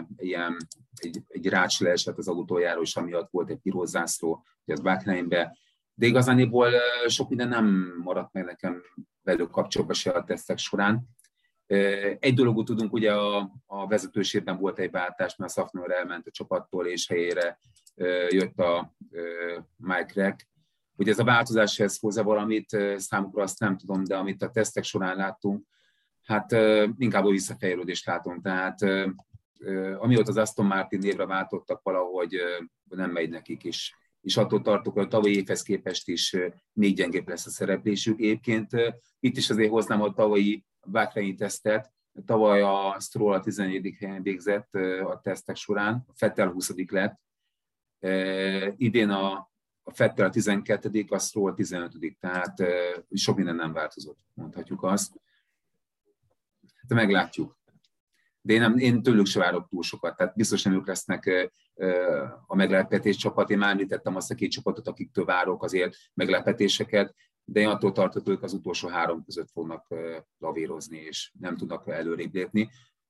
rács leesett az autójáról, és amiatt volt egy piros zászló, az Bahreinbe. De igazániból sok minden nem maradt meg nekem velük kapcsolatban se a tesztek során. Egy dologot tudunk, ugye a vezetőségben volt egy váltás, mert a Szafnor elment a csapattól, és helyére jött a Mike Rack. Hogy ez a változás ez hozzá valamit, számukra azt nem tudom, de amit a tesztek során láttunk, hát inkább a visszafejlődést látom. Tehát amióta az Aston Martin névre váltottak, valahogy nem megy nekik is. és attól tartok, hogy a tavalyi évhez képest is még gyengébb lesz a szereplésük. Egyébként itt is azért hoznám a tavalyi Bahreini tesztet. Tavaly a Stroll a 14. helyen végzett a tesztek során, a Vettel 20. lett. Idén a Vettel 12., a Stroll 15., tehát sok minden nem változott, mondhatjuk azt. De meglátjuk. De én tőlük se várok túl sokat, tehát biztos nem ők lesznek a meglepetés csapat. Én már említettem azt a 2 csapatot, akiktől várok azért meglepetéseket, de én attól tartok, ők az utolsó 3 között fognak lavírozni, és nem tudnak előrébb lépni.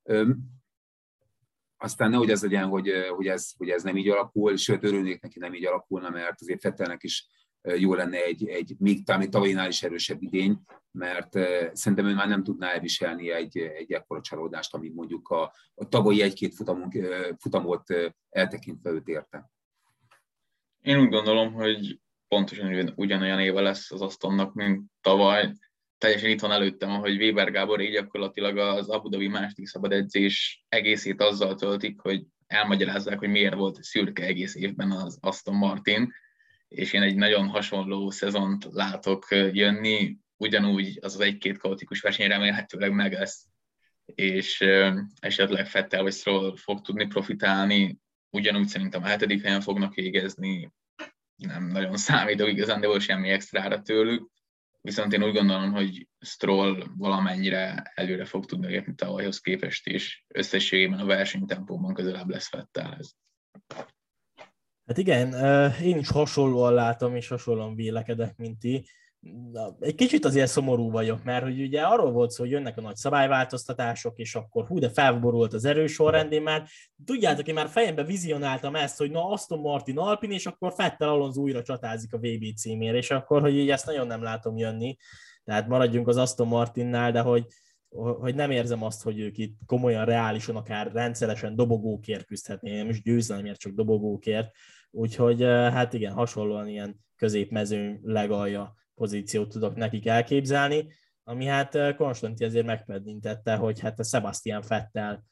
Aztán nehogy ez legyen, hogy ez nem így alakul, sőt örülnék neki, nem így alakulna, mert azért Vettelnek is jó lenne egy még tavalyinál is erősebb idény, mert szerintem ő már nem tudná elviselni egy ekkora csalódást, amit mondjuk a tavalyi 1-2 futamot eltekintve őt érte. Én úgy gondolom, hogy pontosan ugyanolyan éve lesz az Astonnak, mint tavaly. Teljesen itt van előttem, ahogy Weber Gábor így gyakorlatilag az Abu Dhabi második szabad edzés egészét azzal töltik, hogy elmagyarázzák, hogy miért volt szürke egész évben az Aston Martin, és én egy nagyon hasonló szezont látok jönni, ugyanúgy az 1-2 kaotikus verseny remélhetőleg meg lesz, és esetleg Vettel vagy Stroll fog tudni profitálni, ugyanúgy szerintem a 7. helyen fognak végezni, nem nagyon számítok igazán semmi extrára tőlük, viszont én úgy gondolom, hogy Stroll valamennyire előre fog tudni lépni tavalyhoz képest, és összességében a versenytempóban közelebb lesz Vettelhez. Hát igen, én is hasonlóan látom, és hasonlóan vélekedek, mint ti. Egy kicsit azért szomorú vagyok, mert hogy ugye arról volt szó, hogy jönnek a nagy szabályváltoztatások, és akkor de felborult az erősorrend, én már tudjátok, én már fejembe vizionáltam ezt, hogy na Aston Martin Alpin, és akkor Vettel Alonso újra csatázik a VB címért, és akkor, hogy így ezt nagyon nem látom jönni, tehát maradjunk az Aston Martinnál, de hogy nem érzem azt, hogy ők itt komolyan, reálisan, akár rendszeresen dobogókért küzdhetnének, nem is győzelemért, csak dobogókért, úgyhogy hát igen, hasonlóan ilyen középmezőny legalja pozíciót tudok nekik elképzelni, ami hát Konstantin azért megpedintette, hogy hát a Sebastian Vettel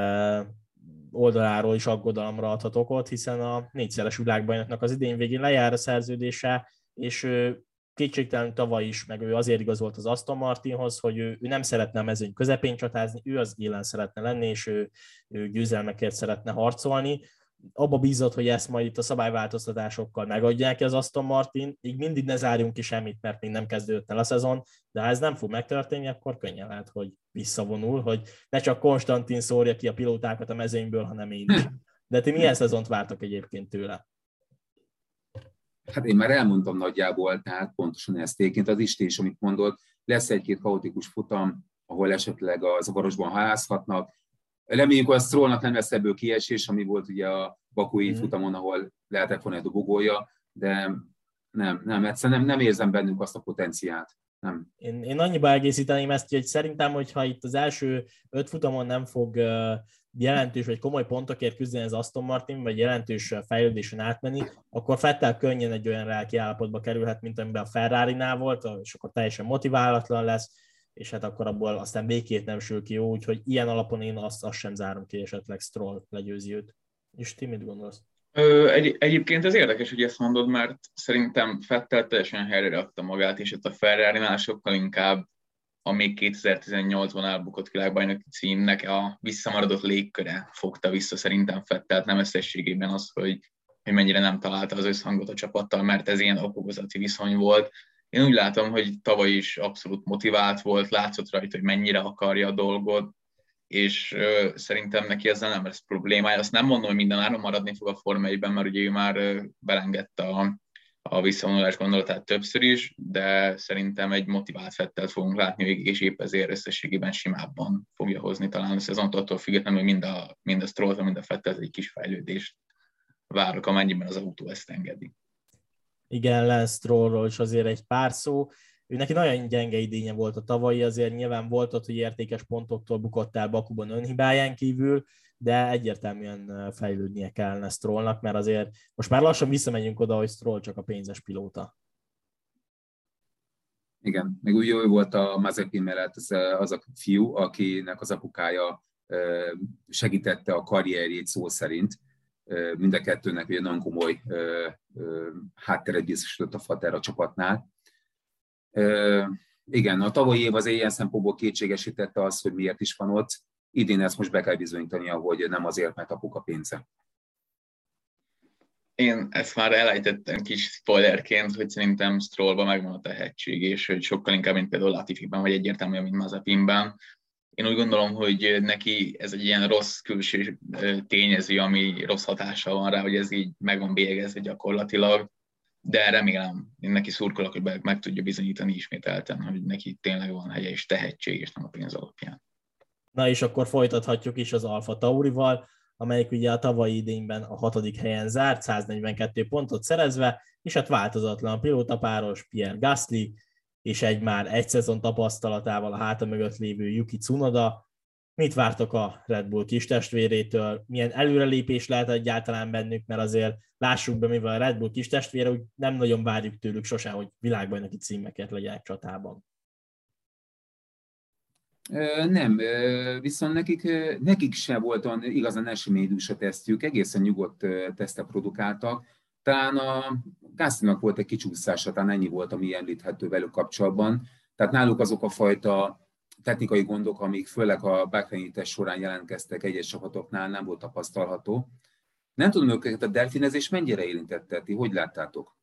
oldaláról is aggodalomra adhat okot, hiszen a 4-szeres világbajnoknak az idén végén lejár a szerződése, és kétségtelen tavaly is, meg ő azért igazolt az Aston Martinhoz, hogy ő nem szeretne a mezőny közepén csatázni, ő az élen szeretne lenni, és ő győzelmekért szeretne harcolni. Abba bízott, hogy ezt majd itt a szabályváltoztatásokkal megadják az Aston Martin, így mindig ne zárjunk ki semmit, mert még nem kezdődött el a szezon, de ha ez nem fog megtörténni, akkor könnyen lehet, hogy visszavonul, hogy ne csak Konstantin szórja ki a pilótákat a mezőnyből, hanem én is. De ti milyen szezont vártak egyébként tőle? Hát én már elmondtam nagyjából, tehát pontosan ezt egyébként az Isti is, amit mondott, lesz 1-2 kaotikus futam, ahol esetleg a zavarosban halázhatnak. Reméljük, hogy a Strollnak nem lesz ebből kiesés, ami volt ugye a bakui futamon, ahol lehetett volna egy dobogója, de nem, egyszerűen nem érzem bennük azt a potenciált. Nem. Én annyiba egészíteném ezt, hogy szerintem, hogyha itt az első 5 futamon nem fog jelentős vagy komoly pontokért küzdeni az Aston Martin, vagy jelentős fejlődésen átmenni, akkor Vettel könnyen egy olyan lelki állapotba kerülhet, mint amiben a Ferrarinál volt, és akkor teljesen motiválatlan lesz, és hát akkor abból aztán végképp nem sül ki jó, úgyhogy ilyen alapon én azt sem zárom ki, esetleg Stroll legyőzi őt. És ti mit gondolsz? Egyébként ez érdekes, hogy ezt mondod, mert szerintem Vettel teljesen helyre rakta magát, és ott a Ferrarinál sokkal inkább a még 2018-ban elbukott világbajnoki címnek a visszamaradott légköre fogta vissza szerintem Vettelt, nem összességében az, hogy mennyire nem találta az összhangot a csapattal, mert ez ilyen okokozati viszony volt. Én úgy látom, hogy tavaly is abszolút motivált volt, látszott rajta, hogy mennyire akarja a dolgot, és szerintem neki ezzel nem lesz problémája. Azt nem mondom, hogy minden áron maradni fog a Forma 1-ben, mert ugye ő már belengedte a visszavonulás gondolatát többször is, de szerintem egy motivált Vettelt fogunk látni végig, és épp ezért összességében simábban fogja hozni talán a szezont, attól függetlenül, hogy mind a Stroll, mind a Vettel egy kis fejlődést várok, amennyiben az autó ezt engedi. Igen, Lance Strollról is azért egy pár szó. Ő neki nagyon gyenge idénye volt a tavalyi, azért nyilván volt ott, hogy értékes pontoktól bukott el Bakuban önhibáján kívül, de egyértelműen fejlődnie kellene Strollnak, mert azért most már lassan visszamegyünk oda, hogy Stroll csak a pénzes pilóta. Igen, meg úgy jó volt a Mazepin mellett az a fiú, akinek az apukája segítette a karrierjét szó szerint. Mind a kettőnek ugye nagyon komoly hátteret biztosított a Fater a csapatnál. Igen, a tavalyi év az ilyen szempontból kétségesítette az, hogy miért is van ott. Idén ezt most be kell bizonyítania, hogy nem azért, mert apuka pénze. Én ezt már elejtettem kis spoilerként, hogy szerintem Strollban megvan a tehetség, és hogy sokkal inkább, mint például Latifiben, vagy egyértelműen, mint Mazepinben. Én úgy gondolom, hogy neki ez egy ilyen rossz külső tényező, ami rossz hatással van rá, hogy ez így meg van bélyegezve gyakorlatilag, de remélem, én neki szurkolok, hogy meg tudja bizonyítani ismételten, hogy neki tényleg van helye és tehetség, és nem a pénz alapján. Na és akkor folytathatjuk is az Alfa Taurival, amelyik ugye a tavalyi idényben a 6. helyen zárt, 142 pontot szerezve, és hát változatlan a pilótapáros Pierre Gasly, és már egy szezon tapasztalatával a háta mögött lévő Yuki Tsunoda. Mit vártok a Red Bull kis testvérétől? Milyen előrelépés lehet egyáltalán bennük, mert azért lássuk be, mivel a Red Bull kis testvére, úgy nem nagyon várjuk tőlük sosem, hogy világbajnoki címeket legyenek csatában. Nem, viszont nekik sem volt olyan igazán eseménydús a tesztjük, egészen nyugodt tesztet produkáltak. Talán a Gaslynak volt egy kicsúszása, talán ennyi volt, ami említhető velük kapcsolatban. Tehát náluk azok a fajta technikai gondok, amik főleg a Bahreini teszt során jelentkeztek egyes csapatoknál, nem volt tapasztalható. Nem tudom, őket a delfinezés mennyire érintette, ti hogy láttátok?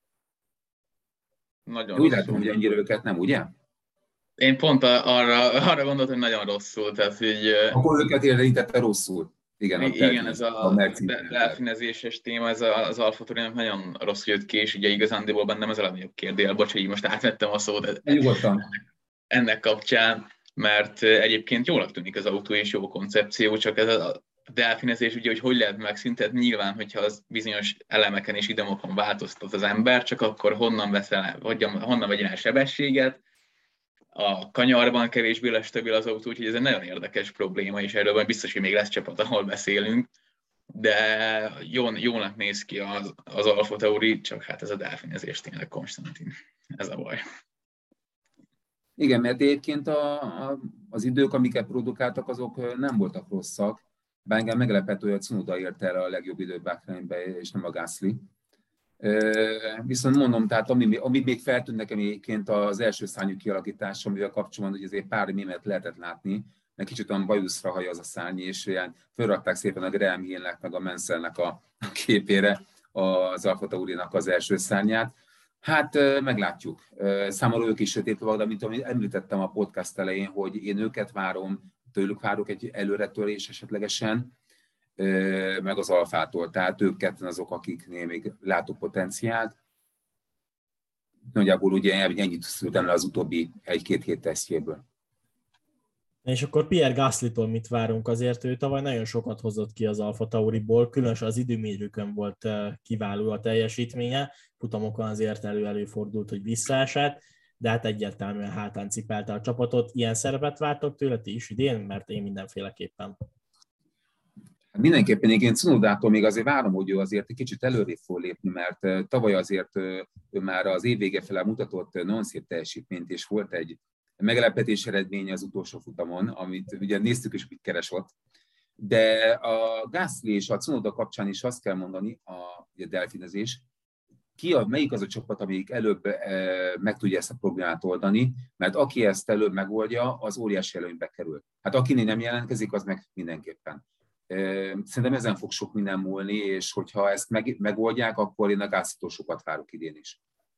Nagyon úgy látom, hogy ennyire őket nem, ugye? Én pont arra gondoltam, hogy nagyon rosszul. Tehát, hogy, akkor őket érintette rosszul. Igen, ez a delfinezéses téma, ez az Alfa Taurinak nagyon rossz jött ki, és ugye igazándiból bennem ez a legnagyobb kérdél. Bocs, hogy most átvettem a szót ennek kapcsán, mert egyébként jónak tűnik az autó, és jó koncepció, csak ez a delfinezés, ugye, hogy lehet megszüntetni, nyilván, hogyha az bizonyos elemeken és idemokon változtat az ember, csak akkor honnan vegyen el sebességet, a kanyarban kevésbé lesz stabil az autó, úgyhogy ez egy nagyon érdekes probléma, és erről biztos, hogy még lesz csapat, ahol beszélünk, de jónak néz ki az Alfa Tauri, csak hát ez a delfinezés tényleg Konstantin. Ez a baj. Igen, mert egyébként az idők, amiket produkáltak, azok nem voltak rosszak, bár engem meglepett, hogy a Tsunoda érte el a legjobb időt Bahreinbe, és nem a Gasly. Viszont mondom, tehát ami még feltűnt nekem egyébként az első szárnyú kialakítása, amivel kapcsolatban, hogy azért pár mémet lehetett látni, mert kicsit olyan bajuszra haj az a szárny, és ilyen fölrakták szépen a Graham Hill-nek, meg a Mansellnek a képére az Alfa Taurinak az első szárnyát. Hát meglátjuk. Számomra ők is sötét lovak, de mint amit említettem a podcast elején, hogy én őket várom, tőlük várok egy előretörés esetlegesen, meg az Alfától, tehát ők ketten azok, akiknél még látok potenciált. Nagyjából ugye ennyit szültem le az utóbbi 1-2 hét tesztjéből. És akkor Pierre Gaslytól mit várunk? Azért ő tavaly nagyon sokat hozott ki az Alfa Tauriból, különösen az időmérőkön volt kiváló a teljesítménye, futamokon azért előfordult, hogy visszaesett, de hát egyértelműen hátán cipelte a csapatot. Ilyen szerepet vártok tőle ti is idén? Mert én mindenféleképpen. Mindenképpen én Tsunodától még azért várom, hogy ő azért egy kicsit előrébb fog lépni, mert tavaly azért ő már az év vége felé mutatott nagyon szép teljesítményt, és volt egy meglepetés eredménye az utolsó futamon, amit ugye néztük is, mit keresott. De a Gasly és a Tsunoda kapcsán is azt kell mondani, a delfinezés, melyik az a csapat, amelyik előbb meg tudja ezt a problémát oldani, mert aki ezt előbb megoldja, az óriási előnybe kerül. Hát akinél nem jelentkezik, az meg mindenképpen. Szerintem ezen fog sok minden múlni, és hogyha ezt megoldják, akkor én a Gaslytól sokat várok idén is.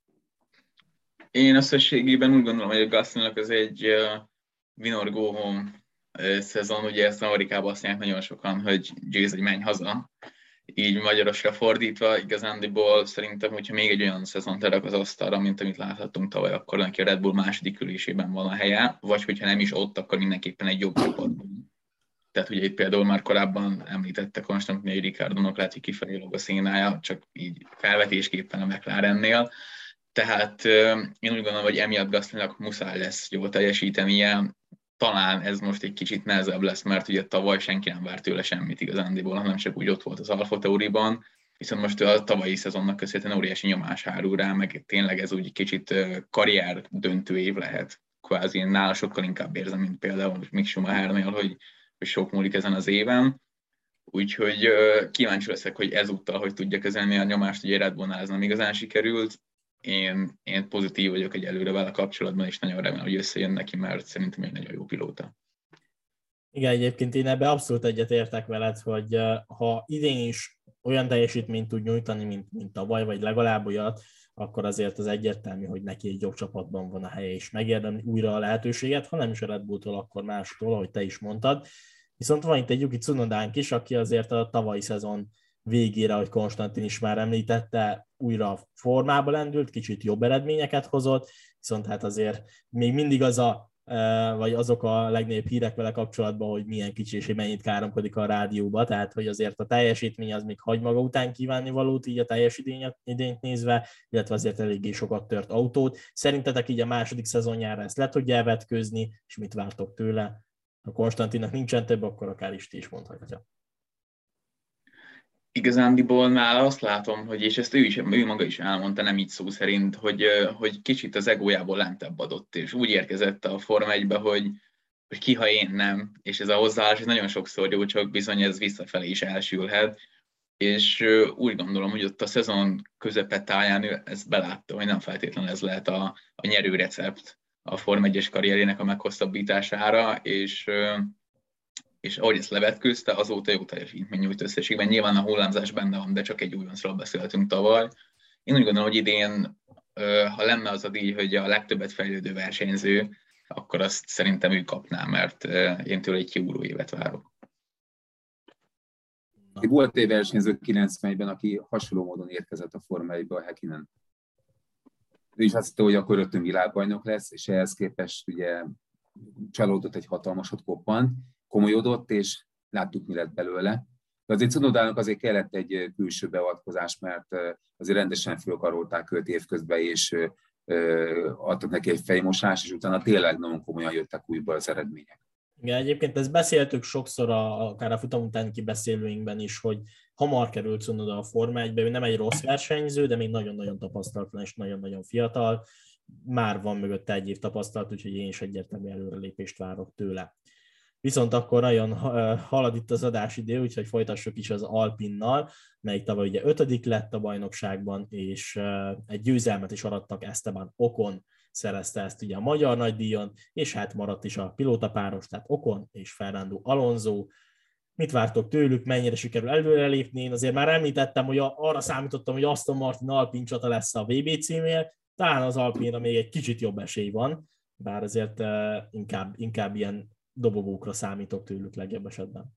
Én összességében úgy gondolom, hogy a Gaslynak ez egy win or go home szezon, ugye ezt Amerikában azt mondják nagyon sokan, hogy győz, hogy menj haza. Így magyarosra fordítva, igazándiból szerintem, hogyha még egy olyan szezon terak az asztalra, mint amit láthattunk tavaly, akkor neki a Red Bull második ülésében van a helye, vagy hogyha nem is ott, akkor mindenképpen egy jobb csapatban. Tehát ugye itt például már korábban említette Konstantin, hogy Ricciardónak lehet, hogy kifelé lóg a szénája, csak így felvetésképpen a McLarennél. Tehát én úgy gondolom, hogy emiatt Gaslynak muszáj lesz jól teljesítenie. Talán ez most egy kicsit nehezebb lesz, mert ugye tavaly senki nem várt tőle semmit igazándiból, hanem csak úgy ott volt az Alfa Tauriban, viszont most a tavalyi szezonnak köszönhetően óriási nyomás hárul rá, meg tényleg ez úgy kicsit karrier döntő év lehet. Kvázi én nála sokkal inkább érzem, mint például Mick Schumachernél, hogy sok múlik ezen az éven. Úgyhogy kíváncsi leszek, hogy ezúttal hogy tudja kezelni a nyomást, hogy Red Bullnál ez nem igazán sikerült. Én pozitív vagyok egyelőre vele kapcsolatban, és nagyon remélem, hogy összejön neki, mert szerintem egy nagyon jó pilóta. Igen, egyébként én ebben abszolút egyetértek veled, hogy ha idén is olyan teljesítményt tud nyújtani, mint tavaly, vagy legalább olyat, akkor azért az egyértelmű, hogy neki egy jobb csapatban van a helye, és megérdemli újra a lehetőséget, ha nem is a Red Bulltól, akkor mástól, ahogy te is mondtad. Viszont van itt egy Yuki Tsunodánk is, aki azért a tavalyi szezon végére, ahogy Konstantin is már említette, újra formába lendült, kicsit jobb eredményeket hozott, viszont hát azért még mindig vagy azok a legnagyobb hírek vele kapcsolatban, hogy milyen kicsi és hogy mennyit káromkodik a rádióba, tehát hogy azért a teljesítmény az még hagy maga után kívánni valót, így a teljes idényt nézve, illetve azért eléggé sokat tört autót. Szerintetek így a második szezonjára ezt le tudja elvetkőzni, és mit vártok tőle? Ha Konstantinnak nincsen több, akkor akár is ti is mondhatja. Igazándiból nála azt látom, hogy, és ezt ő maga is elmondta, nem így szó szerint, hogy kicsit az egójából lentebb adott, és úgy érkezett a Forma 1-be, hogy ki, ha én nem, és ez a hozzáállás nagyon sokszor jó, csak bizony ez visszafelé is elsülhet, és úgy gondolom, hogy ott a szezon közepetáján ő ezt belátta, hogy nem feltétlenül ez lehet a nyerő recept a Forma 1-es karrierjének a meghosszabbítására, és ahogy ezt levetkőzte, azóta jó teljesítmény nyújt összességben. Nyilván a hullámzás benne van, de csak egy újoncról beszéltünk tavaly. Én úgy gondolom, hogy idén, ha lenne az a díj, hogy a legtöbbet fejlődő versenyző, akkor azt szerintem ő kapná, mert én tőle egy kiugró évet várok. Volt egy versenyző 91-ben, aki hasonló módon érkezett a Forma 1-be, a Häkkinen. Ő is azt hitte, hogy akkor rögtön világbajnok lesz, és ehhez képest ugye csalódott, egy hatalmasat koppant, komolyodott, és láttuk, mi lett belőle. De azért Tsunodának azért kellett egy külső beavatkozás, mert azért rendesen fölkarolták őt évközben, és adtak neki egy fejmosás, és utána tényleg nagyon komolyan jöttek újból az eredmények. Igen, egyébként ezt beszéltük sokszor, akár a futam utáni kibeszélőinkben is, hogy hamar került Tsunoda a Forma 1-be, ő nem egy rossz versenyző, de még nagyon-nagyon tapasztalatlan és nagyon-nagyon fiatal. Már van mögötte egy év tapasztalat, úgyhogy én is egyértelmű előrelépést várok tőle. Viszont akkor nagyon halad itt az adásidő, úgyhogy folytassuk is az Alpinnal, melyik tavaly ugye 5. lett a bajnokságban, és egy győzelmet is arattak, Esteban Ocon szerezte ezt ugye a magyar nagydíjon, és hát maradt is a pilótapáros, tehát Ocon és Fernando Alonso. Mit vártok tőlük, mennyire sikerül előrelépni? Én azért már említettem, hogy arra számítottam, hogy Aston Martin Alpin csata lesz a VB címél, talán az Alpinra még egy kicsit jobb esély van, bár azért inkább ilyen dobogókra számítok tőlük legjobb esetben.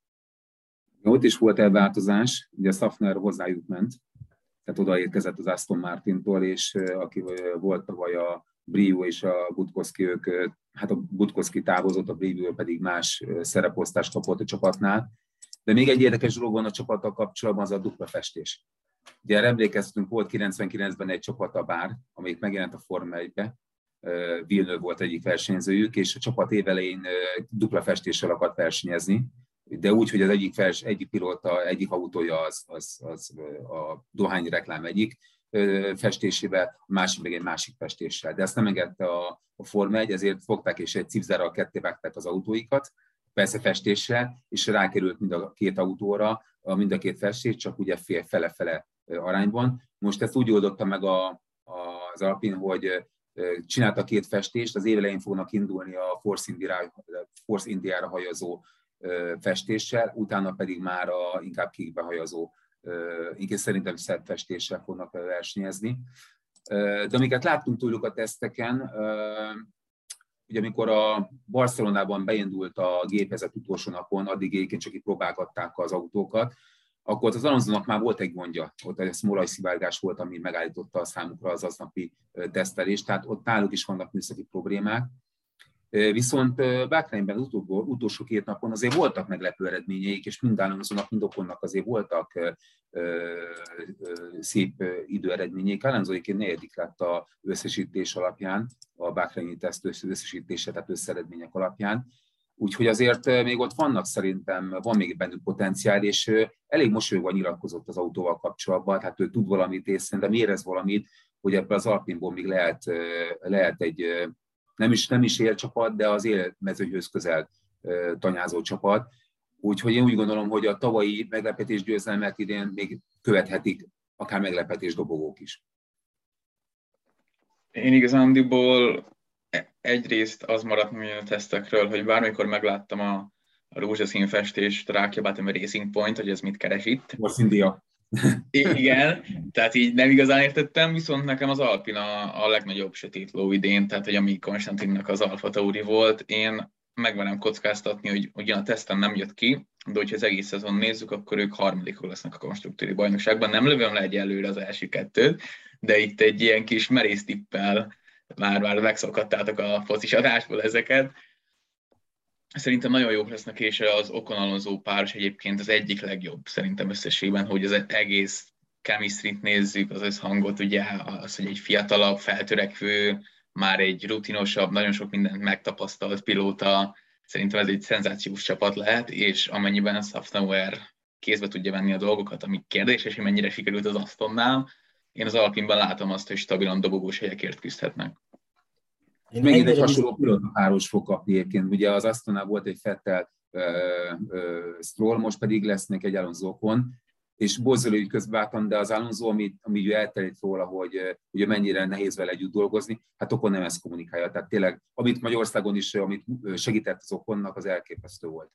Ott is volt elváltozás, ugye Szafner hozzájuk ment, tehát odaérkezett az Aston Martintól, és aki volt tavaly a Briu és a Budkowski, hát a Budkowski távozott, a Briu pedig más szereposztást kapott a csapatnál. De még egy érdekes dolog van a csapattal kapcsolatban, az a dupla festés. Ugye erre emlékeztünk, volt 99-ben egy csapat, a Bár, amelyik megjelent a Forma 1-be, Villeneuve volt egyik versenyzőjük, és a csapat évelején dupla festéssel akart versenyezni, de úgy, hogy az egyik pilóta, egyik autója az a dohány reklám egyik festésével, a másik meg egy másik festéssel. De ezt nem engedte a Forma 1, ezért fogták és egy cipzárral kettévágták az autóikat, persze festéssel, és rákerült mind a két autóra, mind a két festés, csak ugye fele-fele arányban. Most ezt úgy oldotta meg az Alpin, hogy csinálta két festést, az év elején fognak indulni a Force Indiára hajazó festéssel, utána pedig már inkább kékbe hajazó, inkább szerintem szebb festéssel fognak versenyezni. De amiket láttunk tőlük a teszteken, ugye amikor a Barcelonában beindult a gépezet utolsó napon, addig egyébként csak itt próbálgatták az autókat, akkor az Alonsonak már volt egy gondja, ott egy olajszivárgás volt, ami megállította a számukra az aznapi tesztelést, tehát ott náluk is vannak műszaki problémák. Viszont Bahreinben utolsó 2 napon azért voltak meglepő eredményeik, és mind Alonsonak, mind Oconnak azért voltak szép időeredményeik. Alonso egyébként 4. lett az összesítés alapján, a Bahreini teszt összesítése, tehát összeredmények alapján. Úgyhogy azért még ott vannak szerintem, van még bennük potenciál, és elég mosolyogva nyilatkozott az autóval kapcsolatban, tehát ő tud valamit, és szerintem érez valamit, hogy ebből az Alpinból még lehet egy nem is élcsapat, de az élmezőnyhöz közel tanyázó csapat. Úgyhogy én úgy gondolom, hogy a tavalyi meglepetés győzelmet idén még követhetik akár meglepetés dobogók is. Én igazándiból egyrészt az maradt meg a tesztekről, hogy bármikor megláttam a rózsaszín festést, rákiabáltam a Racing Point, hogy ez mit keres itt. Most India. Igen, tehát így nem igazán értettem, viszont nekem az Alpina a legnagyobb sötét ló idén, tehát hogy ami Konstantinnak az Alfa Tauri volt, én megmerem kockáztatni, hogy ugyan a teszten nem jött ki, de hogyha az egész szezon nézzük, akkor ők harmadikok lesznek a konstruktőri bajnokságban. Nem lövöm le egyelőre az első kettőt, de itt egy ilyen kis merész tippel már megszokhattátok a focis adásból ezeket. Szerintem nagyon jók lesznek, és az Ocon-Alonso páros egyébként az egyik legjobb szerintem összességben, hogy az egész chemistryt nézzük, az összhangot, ugye az, hogy egy fiatalabb, feltörekvő, már egy rutinosabb, nagyon sok mindent megtapasztalt pilóta, szerintem ez egy szenzációs csapat lehet, és amennyiben Szafnauer kézbe tudja venni a dolgokat, ami kérdéses, hogy mennyire sikerült az Astonnál, én az Alpinban látom azt, hogy stabilan dobogós helyekért küzdhetnek. Megint egy hasonló pilótapáros fog kapni egyébként. Ugye az Astonnál volt egy Vettel Stroll, most pedig lesznek egy Alonso Ocon, és borzolói közbeváltam, de az Alonso, ami elterjedt róla, hogy mennyire nehéz vele együtt dolgozni, hát Ocon nem ezt kommunikálja. Tehát tényleg, amit Magyarországon is, amit segített az Oconnak, az elképesztő volt.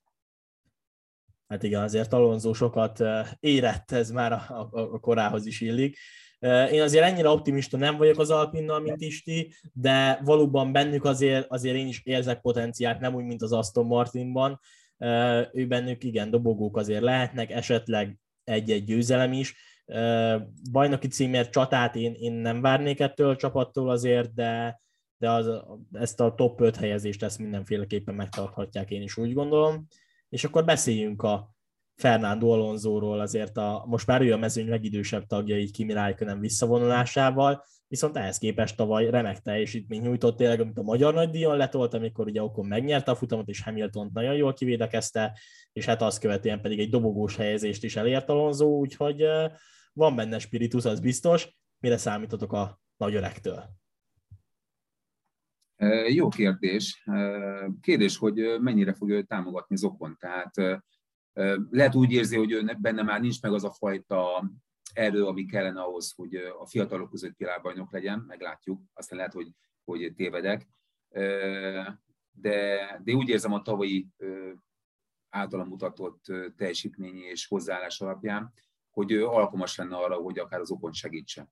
Hát igen, azért Alonso sokat érett, ez már a korához is illik. Én azért ennyire optimista nem vagyok az Alpinnal, mint Isti, de valóban bennük azért én is érzek potenciált, nem úgy, mint az Aston Martinban. Ő bennük igen, dobogók azért lehetnek, esetleg egy-egy győzelem is. Bajnoki címért csatát én nem várnék ettől a csapattól azért, de ezt a top 5 helyezést ezt mindenféleképpen megtarthatják, én is úgy gondolom. És akkor beszéljünk a Fernando Alonsóról, azért most már ő a mezőny legidősebb tagja, így Kimi Räikkönen visszavonulásával, viszont ehhez képest tavaly remek teljesítmény nyújtott tényleg, amit a magyar nagydíjon letolt, amikor ugye Ocon megnyerte a futamot, és Hamiltont nagyon jól kivédekezte, és hát azt követően pedig egy dobogós helyezést is elért Alonso, úgyhogy van benne spiritus, az biztos. Mire számítotok a nagy öregtől? Jó kérdés. Kérdés, hogy mennyire fogja támogatni az Ocon. Tehát lehet úgy érzi, hogy benne már nincs meg az a fajta erő, ami kellene ahhoz, hogy a fiatalok között világbajnok legyen, meglátjuk, aztán lehet, hogy tévedek. De úgy érzem a tavalyi általam mutatott teljesítményi és hozzáállás alapján, hogy alkalmas lenne arra, hogy akár az Ocon segítse.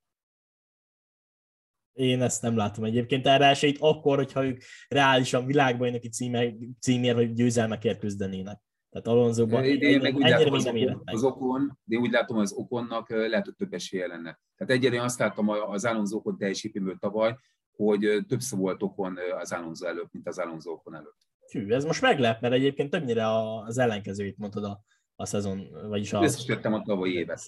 Én ezt nem látom egyébként erre esélyt, akkor, hogyha ők reálisan világbajnoki címért vagy győzelmekért küzdenének. Tehát Alonsoban én meg úgy látom, az Ocon, de úgy látom, hogy az Oconnak lehet, hogy több esélye lenne. Tehát egyébként azt láttam az Alonso Ocon teljesítményből tavaly, hogy többször volt Ocon az Alonso előtt, mint az Alonso Ocon előtt. Hű, ez most meglep, mert egyébként többnyire az ellenkezőit mondtad a szezon, vagyis a... Ezt is tettem a tavalyi évet.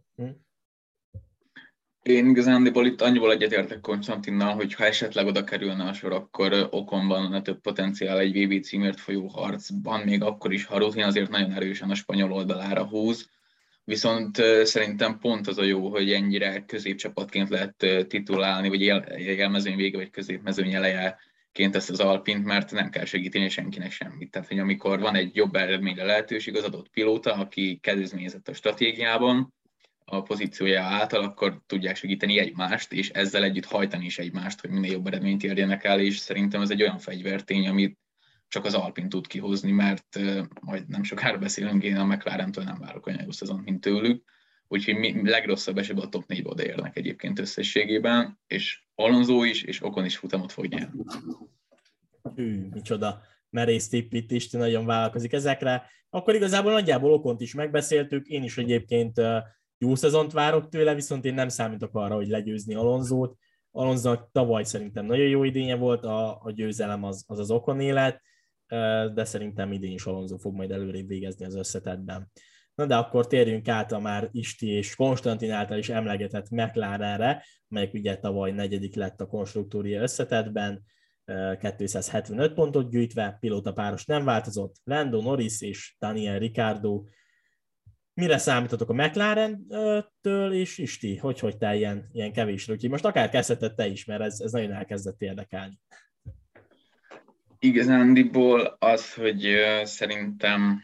Én igazándiból itt annyiból egyetértek Konstantinnal, hogy ha esetleg oda kerülne a sor, akkor Oconban lenne több potenciál egy VB címért folyó harcban, még akkor is, ha Rutin azért nagyon erősen a spanyol oldalára húz. Viszont szerintem pont az a jó, hogy ennyire középcsapatként lehet titulálni, vagy élmezőny vége, vagy középmezőny elejeként ezt az Alpint, mert nem kell segíteni senkinek semmit. Tehát, hogy amikor van egy jobb eredményre lehetőség az adott pilóta, aki kedvezményezett a stratégiában, a pozíciója által, akkor tudják segíteni egymást, és ezzel együtt hajtani is egymást, hogy minél jobb eredményt érjenek el, és szerintem ez egy olyan fegyvertény, amit csak az Alpine tud kihozni, mert majd nem sokára beszélünk, én a McLarentől nem várok olyan jó szezont, mint tőlük, úgyhogy legrosszabb esetben a top 4-be odaérnek egyébként összességében, és Alonso is, és Ocon is futamot fog nyerni. Micsoda merész tipp itt is, nagyon vállalkozik ezekre. Akkor igazából nagyjából Ocont is megbeszéltük, én is egyébként jó szezont várok tőle, viszont én nem számítok arra, hogy legyőzni Alonsót. Alonsonak tavaly szerintem nagyon jó idénye volt, a győzelem az Ocon élet, de szerintem idén is Alonso fog majd előrébb végezni az összetettben. Na de akkor térjünk át a már Isti és Konstantin által is emlegetett McLarenre, melyek ugye tavaly 4. lett a konstruktúri összetettben, 275 pontot gyűjtve, pilótapáros nem változott, Lando Norris és Daniel Ricciardo. Mire számítotok a McLaren-től, és Isti, hogy te ilyen kevésre? Úgyhogy most akár kezdheted te is, mert ez nagyon elkezdett érdekelni. Igazándiból az, hogy szerintem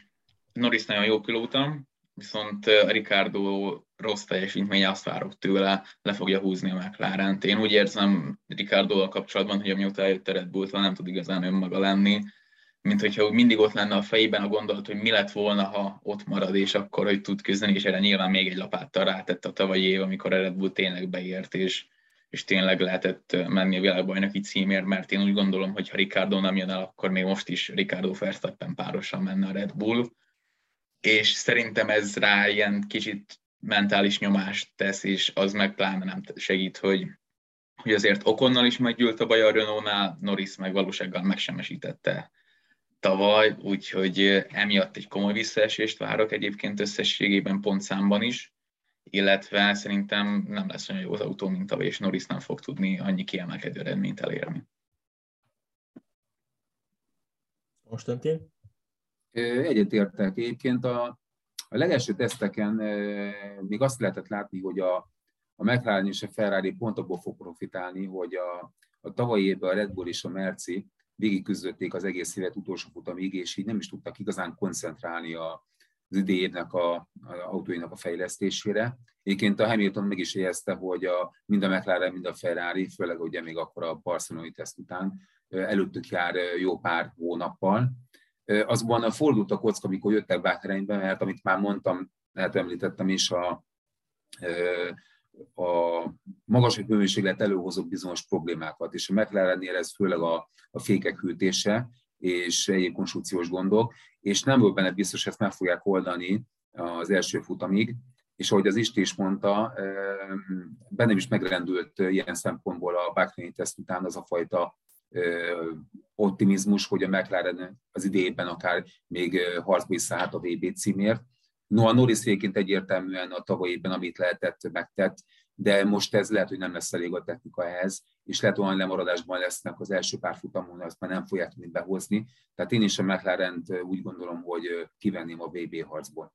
Norris nagyon jó pilóta, viszont a Ricciardo rossz teljesítménye, azt várok tőle, le fogja húzni a McLarent. Én úgy érzem Ricciardoval kapcsolatban, hogy amióta eljött a Red Bulltól, nem tud igazán önmaga lenni, mint hogyha mindig ott lenne a fejében a gondolat, hogy mi lett volna, ha ott marad, és akkor, hogy tud küzdeni, és erre nyilván még egy lapáttal rátett a tavalyi év, amikor a Red Bull tényleg beért, és tényleg lehetett menni a világbajnoki címért, mert én úgy gondolom, hogy ha Ricciardo nem jön el, akkor még most is Ricciardo Verstappen párosan menne a Red Bull, és szerintem ez rá ilyen kicsit mentális nyomást tesz, és az meg pláne nem segít, hogy azért Oconnal is meggyűlt a baj a Renault-nál, Norris meg valósággal megsemmisítette tavaly, úgyhogy emiatt egy komoly visszaesést várok egyébként összességében pontszámban is, illetve szerintem nem lesz olyan jó az autó, mint tavaly, és Norris nem fog tudni annyi kiemelkedő eredményt elérni. Konstantin? Egyetértek. Egyébként a legelső teszteken még azt lehetett látni, hogy a McLaren és a Ferrari pont abból fog profitálni, hogy a tavalyi évben a Red Bull és a Merci végigküzdötték az egész évet utolsó futamig, és így nem is tudtak igazán koncentrálni az idei évnek az autóinak a fejlesztésére. Egyébként a Hamilton meg is érezte, hogy mind a McLaren, mind a Ferrari, főleg ugye még akkor a barcelonai teszt után előttük jár jó pár hónappal. Azonban fordult a kocka, amikor jöttek Bahreinbe, mert amit már mondtam, lehet említettem is, a magasabb hőmérséklet előhozott bizonyos problémákat, és a McLarennél ez főleg a fékek hűtése és egyéb konstrukciós gondok, és nem volt benne biztos, ezt meg fogják oldani az első futamig, és ahogy az Isti is mondta, bennem is megrendült ilyen szempontból a Bahreini teszt után az a fajta optimizmus, hogy a McLaren az idejében akár még harcba is szállhat a VB címért. No, a Norris egyébként egyértelműen a tavalyi évben, amit lehetett, megtett, de most ez lehet, hogy nem lesz elég a technika ehhez, és lehet olyan lemaradásban lesznek az első pár futamon, azt már nem fogják tudni behozni. Tehát én is a McLarent úgy gondolom, hogy kivenném a VB harcból.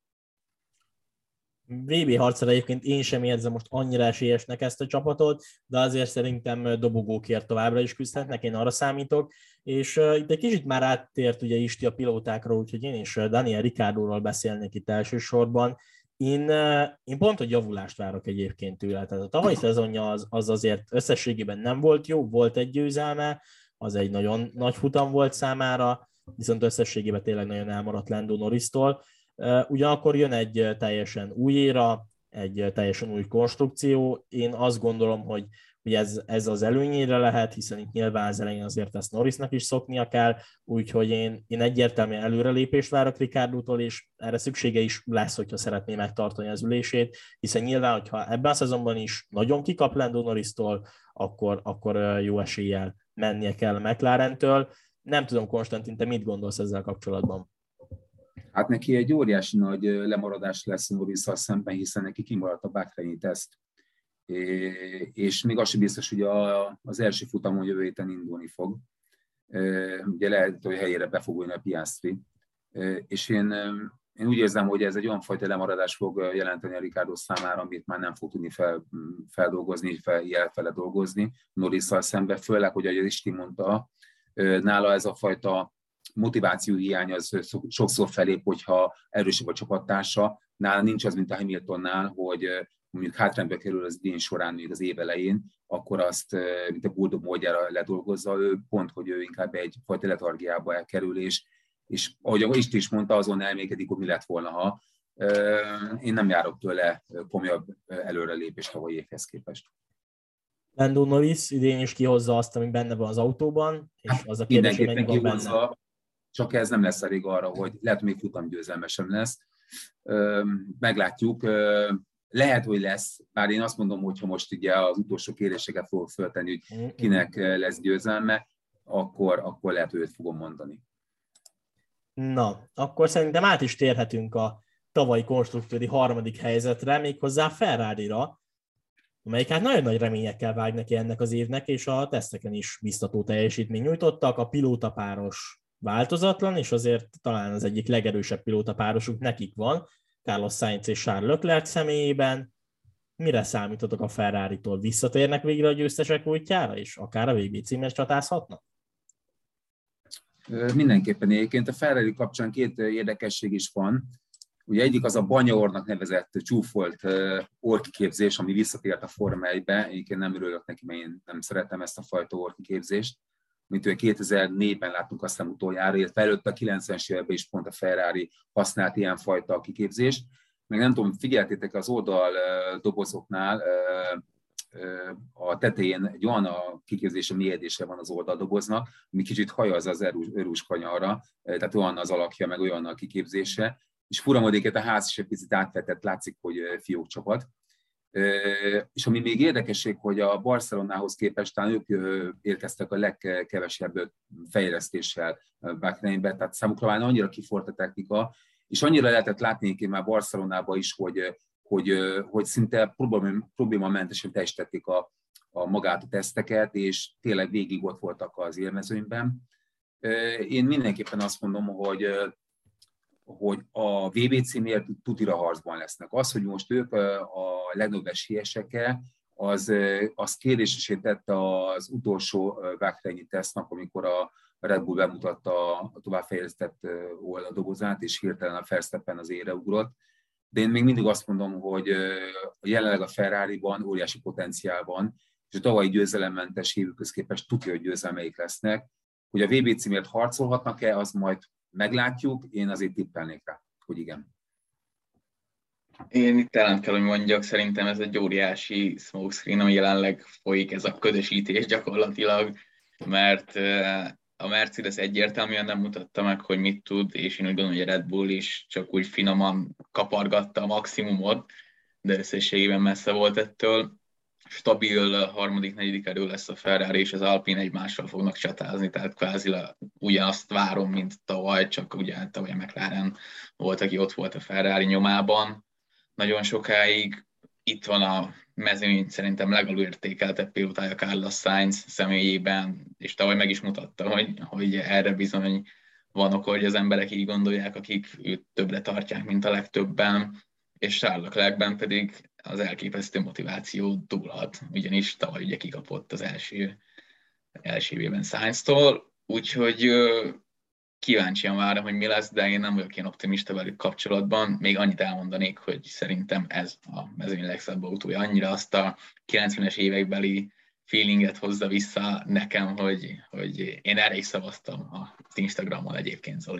VB harcra egyébként én sem érzem most annyira esélyesnek ezt a csapatot, de azért szerintem dobogókért továbbra is küzdhetnek, én arra számítok, és itt egy kicsit már áttért ugye Isti a pilótákra, úgyhogy én is Daniel Ricciardóról beszélnék itt elsősorban. Én pont, hogy javulást várok egyébként tőle, tehát a tavalyi szezonja az azért összességében nem volt jó, volt egy győzelme, az egy nagyon nagy futam volt számára, viszont összességében tényleg nagyon elmaradt Lando Norristól. Ugyanakkor jön egy teljesen új éra, egy teljesen új konstrukció. Én azt gondolom, hogy ez az előnyére lehet, hiszen itt nyilván az elején azért ezt Norrisnak is szoknia kell, úgyhogy én egyértelműen előrelépést várok Ricciardótól, és erre szüksége is lesz, hogyha szeretné megtartani az ülését, hiszen nyilván, hogyha ebben a szezonban is nagyon kikap Lando Norristól, akkor jó eséllyel mennie kell a McLarentől. Nem tudom, Konstantin, te mit gondolsz ezzel kapcsolatban? Hát neki egy óriási nagy lemaradás lesz Norrisszal szemben, hiszen neki kimaradt a Bahreini teszt. És még az sem biztos, hogy az első futamon jövő héten indulni fog. Ugye lehet, hogy helyére be fog ülni a Piastri. És én úgy érzem, hogy ez egy olyan fajta lemaradás fog jelenteni a Ricciardo számára, amit már nem fog tudni feldolgozni, felfele dolgozni Norrisszal szemben, főleg, hogy ahogy az Isti mondta, nála ez a fajta motiváció hiány az sokszor felép, hogyha erősebb a csapattársa. Nála nincs az, mint a Hamiltonnál, hogy mondjuk hátrányba kerül az idén során, még az év elején, akkor azt, mint a buldog módjára ledolgozza, ő pont, hogy ő inkább egyfajta letargiába elkerül, és ahogy Isti is mondta, azon elmékedik, hogy mi lett volna, ha. Én nem járok tőle komolyabb előrelépést tavalyi évhez képest. Lando Norris idén is kihozza azt, ami benne van az autóban, és az a kérdés, hogy mennyi van benne. Csak ez nem lesz elég arra, hogy lehet, hogy még futamgyőzelme sem lesz. Meglátjuk. Lehet, hogy lesz, bár én azt mondom, hogy ha most ugye az utolsó kéréseket fogok föltenni, hogy kinek lesz győzelme, akkor lehet, hogy őt fogom mondani. Na, akkor szerintem át is térhetünk a tavalyi konstruktőri harmadik helyzetre, méghozzá Ferrarira, amelyik hát nagyon nagy reményekkel vág neki ennek az évnek, és a teszteken is biztató teljesítmény nyújtottak. A pilótapáros változatlan, és azért talán az egyik legerősebb pilótapárosuk nekik van, Carlos Sainz és Charles Leclerc személyében. Mire számítotok a Ferraritól? Visszatérnek végre a győztesek útjára, és akár a VB címért csatázhatnak? Mindenképpen egyébként a Ferrari kapcsán két érdekesség is van. Ugye egyik az a banyaornak nevezett csúfolt orrkiképzés, ami visszatért a Forma 1-be. Egyébként nem örülök neki, mert én nem szeretem ezt a fajta orrkiképzést. Mint 2004-ben láttunk aztán utoljára, illetve előtte a 90-es években is pont a Ferrari használt ilyenfajta kiképzést. Meg nem tudom, figyeltétek az oldal dobozoknál, a tetején egy olyan a kiképzése mélyedése van az oldaldoboznak, ami kicsit hajaz az örús kanyarra, tehát olyan az alakja, meg olyan a kiképzése. És furamodéket a ház is egy picit átvetett, látszik, hogy fiókcsapat. És ami még érdekesség, hogy a Barcelonához képest talán ők érkeztek a legkevesebb fejlesztéssel Bahreinbe, tehát számukra már annyira kiforrt a technika, és annyira lehetett látni én már Barcelonában is, hogy szinte problémamentesen teljesítették a magát a teszteket, és tényleg végig ott voltak az élmezőnyben. Én mindenképpen azt mondom, hogy a VB címért tutira harcban lesznek. Az, hogy most ők a legnagyobb esélyesek, az kérdésesé tette az utolsó Bahreini tesztnap, amikor a Red Bull bemutatta a továbbfejlesztett oldaladobozát, és hirtelen a Verstappen az ére ugrott. De én még mindig azt mondom, hogy jelenleg a Ferrariban óriási potenciál van, és a tavalyi győzelemmentes évükhöz képest tudja, hogy győzelmeik lesznek. Hogy a VB címért harcolhatnak-e, az majd meglátjuk, én azért tippelnék rá, hogy igen. Én itt ellent kell, hogy mondjak, szerintem ez egy óriási smokescreen, ami jelenleg folyik, ez a közösítés gyakorlatilag, mert a Mercedes egyértelműen nem mutatta meg, hogy mit tud, és én úgy gondolom, hogy a Red Bull is csak úgy finoman kapargatta a maximumot, de összességében messze volt ettől. Stabil harmadik, negyedik erő lesz a Ferrari, és az Alpine egymással fognak csatázni, tehát kvázi ugyanazt várom, mint tavaly, csak ugye tavaly a McLaren volt, aki ott volt a Ferrari nyomában nagyon sokáig. Itt van a mezőny szerintem legalulértékeltebb pilótája Carlos Sainz személyében, és tavaly meg is mutatta, hogy erre bizony van ok, hogy az emberek így gondolják, akik őt többre tartják, mint a legtöbben, és Charles Leclercben pedig az elképesztő motiváció dúlhat, ugyanis tavaly ugye kikapott az első évében Sainztól, úgyhogy kíváncsian várom, hogy mi lesz, de én nem vagyok ilyen optimista velük kapcsolatban. Még annyit elmondanék, hogy szerintem ez a mezőny legszebb autója. Annyira azt a 90-es évekbeli feelinget hozza vissza nekem, hogy én erre is szavaztam az Instagramon egyébként, Zoli.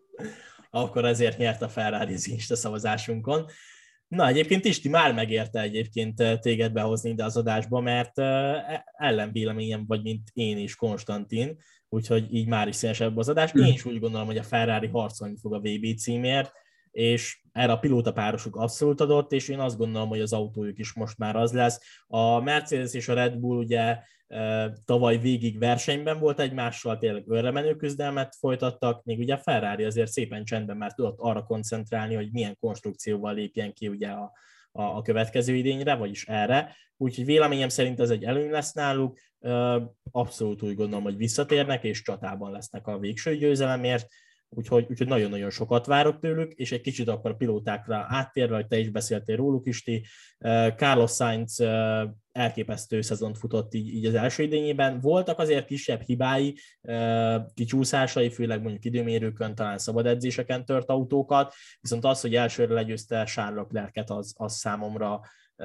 Akkor ezért nyert a Ferrari az Insta szavazásunkon. Na, egyébként Isti már megérte egyébként téged behozni ide az adásba, mert ellenvéleményem vagy, mint én is, Konstantin, úgyhogy így már is szélesebb az adás. Én is úgy gondolom, hogy a Ferrari harcolni fog a VB címért, és erre a pilótapárosuk abszolút adott, és én azt gondolom, hogy az autójuk is most már az lesz. A Mercedes és a Red Bull ugye tavaly végig versenyben volt egymással, tényleg őrremenő küzdelmet folytattak, még ugye a Ferrari azért szépen csendben már tudott arra koncentrálni, hogy milyen konstrukcióval lépjen ki ugye a következő idényre, vagyis erre. Úgyhogy véleményem szerint ez egy előny lesz náluk. Abszolút úgy gondolom, hogy visszatérnek, és csatában lesznek a végső győzelemért. Úgyhogy nagyon-nagyon sokat várok tőlük, és egy kicsit akkor a pilótákra áttérve, hogy te is beszéltél róluk, Isti, Carlos Sainz elképesztő szezont futott így az első idényében. Voltak azért kisebb hibái, kicsúszásai, főleg mondjuk időmérőkön, talán szabad edzéseken tört autókat, viszont az, hogy elsőre legyőzte Charles Leclerc-et, az számomra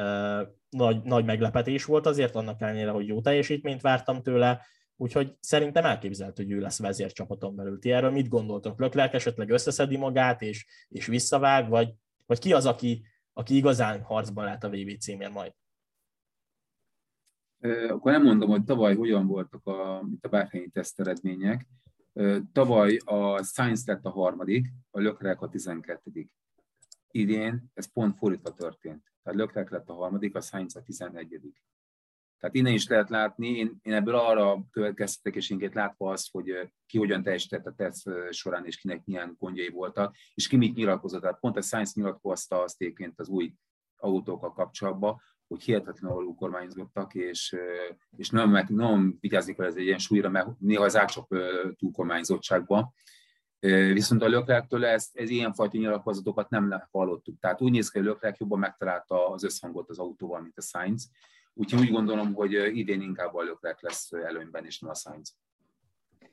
nagy meglepetés volt azért, annak ellenére, hogy jó teljesítményt vártam tőle. Úgyhogy szerintem elképzelhető, hogy ő lesz vezércsapaton belül. Ti erről mit gondoltok? Leclerc esetleg összeszedi magát és visszavág, vagy ki az, aki igazán harcban lehet a VB címén majd? Akkor nem mondom, hogy tavaly hogyan voltak a Bahreini teszt eredmények. Tavaly a Sainz lett a harmadik, a Leclerc a 12. Idén ez pont fordítva történt. Tehát Leclerc lett a harmadik, a Sainz a 11. Tehát innen is lehet látni, én ebből arra következtetek, és inkább látva azt, hogy ki hogyan teljesített a teszt során, és kinek milyen gondjai voltak, és ki mit nyilatkozott. Tehát pont a Sainz nyilatkozta azt egyébként az új autókkal kapcsolatban, hogy hihetetlenül alul kormányzottak, és nem vigyázni kell ez egy ilyen súlyra, mert néha az átcsap túlkormányzottságba. Viszont a Leclerc-től ez ilyenfajta nyilatkozatokat nem hallottuk. Tehát úgy néz ki, hogy Leclerc jobban megtalálta az összhangot az autóval, mint a Sainz. Úgyhogy úgy gondolom, hogy idén inkább a Leclerc lesz előnyben, és nem a Sainz.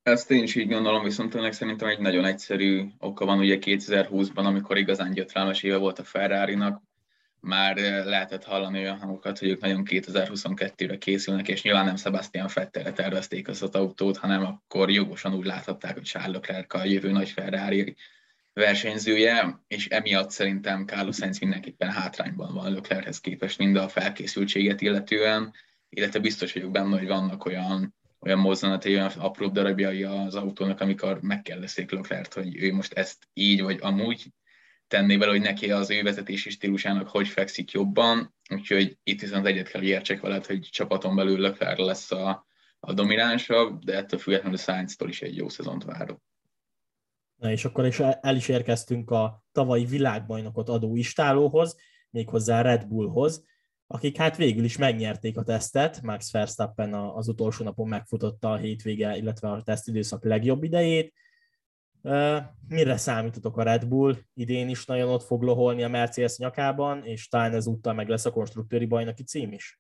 Ezt én is így gondolom, viszont ennek szerintem egy nagyon egyszerű oka van, ugye 2020-ban, amikor igazán gyötrelmes éve volt a Ferrarinak, már lehetett hallani olyan hangokat, hogy ők nagyon 2022-re készülnek, és nyilván nem Sebastian Vettelre tervezték az autót, hanem akkor jogosan úgy láthatták, hogy Charles Leclerc a jövő nagy Ferrari versenyzője, és emiatt szerintem Carlos Sainz mindenképpen hátrányban van Leclerchez képest mind a felkészültséget illetően, illetve biztos vagyok benne, hogy vannak olyan mozzanatai, olyan apró darabjai az autónak, amikor megkérdezték Leclerc, hogy ő most ezt így vagy amúgy tenné vele, hogy neki az ő vezetési stílusának hogy fekszik jobban, úgyhogy itt viszont egyet kell értsek veled, hogy csapaton belül Leclerc lesz a dominánsabb, de ettől függetlenül Sainztól is egy jó szezont várok. Na és akkor el is érkeztünk a tavalyi világbajnokot adó istálóhoz, méghozzá Red Bullhoz, akik hát végül is megnyerték a tesztet. Max Verstappen az utolsó napon megfutotta a hétvége, illetve a tesztidőszak legjobb idejét. Mire számítotok a Red Bull? Idén is nagyon ott fog loholni a Mercedes nyakában, és talán ezúttal meg lesz a konstruktőri bajnoki cím is?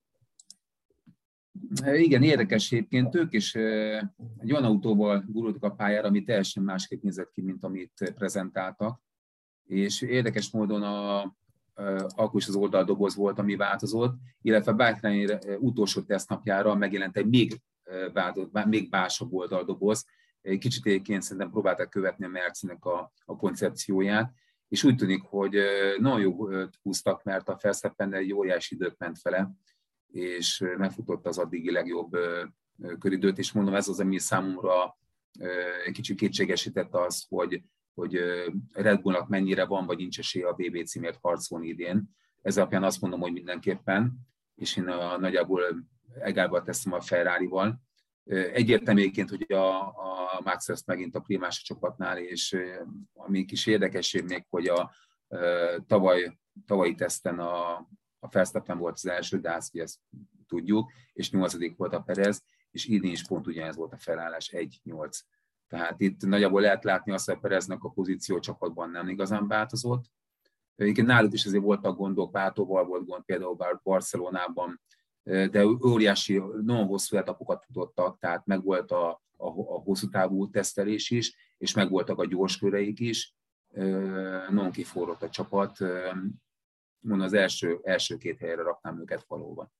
Igen, érdekes egyébként. Ők is egy olyan autóval gurultak a pályára, ami teljesen másképp nézett ki, mint amit prezentáltak. És érdekes módon akkor is az oldaldoboz volt, ami változott, illetve Bahrain utolsó tesztnapjára megjelent egy még másabb oldaldoboz. Kicsit egyébként szerintem próbálták követni a Mercinek a koncepcióját, és úgy tűnik, hogy nagyon jó húztak, mert a Verstappen egy óriási időt ment fele, és megfutott az addigi legjobb köridőt, és mondom, ez az, ami számomra egy kicsit kétségesített az, hogy Red Bullnak mennyire van, vagy nincs esélye a VB címért harcolni idén. Ez alapján azt mondom, hogy mindenképpen, és én nagyjából egálba teszem a Ferrarival. Egyértelműként, hogy a Max lesz megint a primás a csapatnál, és ami kis érdekesség még, hogy a tavalyi teszten a Verstappen volt az első, de azt ezt tudjuk, és 8. volt a Perez, és idén is pont ugyanez volt a felállás, 1-8. Tehát itt nagyjából lehet látni azt, hogy a Pereznek a pozíció csapatban nem igazán változott. Egyébként náluk is azért voltak gondok, Váltóval volt gond, például Barcelonában, de óriási, nagyon hosszú etapokat futottak, tehát megvolt a hosszú távú tesztelés is, és megvoltak a gyorsköreik is. Nagyon kiforrott a csapat. Mondom, az első 2 helyre raknám őket valóban.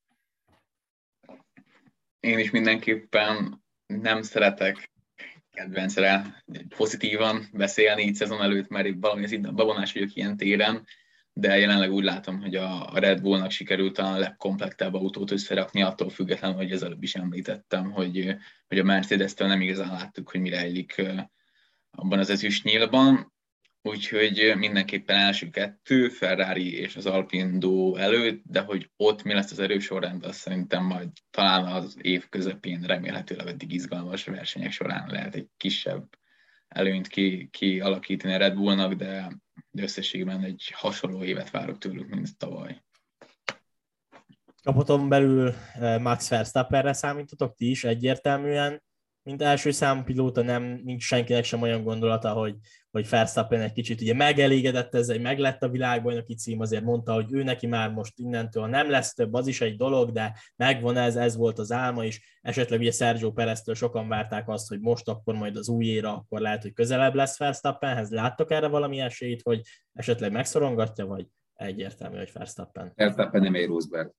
Én is mindenképpen nem szeretek kedvencre pozitívan beszélni így szezon előtt, mert valami az itt bevonás vagyok ilyen téren, de jelenleg úgy látom, hogy a Red Bullnak sikerült a legkomplektebb autót összerakni, attól függetlenül, hogy az előbb is említettem, hogy a Mercedes-től nem igazán láttuk, hogy mi rejlik abban az ezüstnyílban. Úgyhogy mindenképpen első 2, Ferrari és az Alpine duó előtt, de hogy ott mi lesz az erősorrend, azt szerintem majd talán az év közepén remélhetőleg eddig izgalmas versenyek során lehet egy kisebb előnyt kialakítani a Red Bullnak, de összességében egy hasonló évet várok tőlük, mint tavaly. Csapaton belül Max Verstappenre számítotok ti is egyértelműen, mint első számú pilóta, nincs senkinek sem olyan gondolata, hogy Verstappen egy kicsit ugye megelégedett ezzel, hogy meglett a világbajnoki cím, azért mondta, hogy ő neki már most innentől nem lesz több, az is egy dolog, de megvan ez volt az álma, és esetleg ugye Sergio Pereztől sokan várták azt, hogy most akkor majd az új éra, akkor lehet, hogy közelebb lesz Verstappenhez. Láttok erre valami esélyt, hogy esetleg megszorongatja, vagy egyértelmű, hogy Verstappen? Verstappen nem egy Rosberg.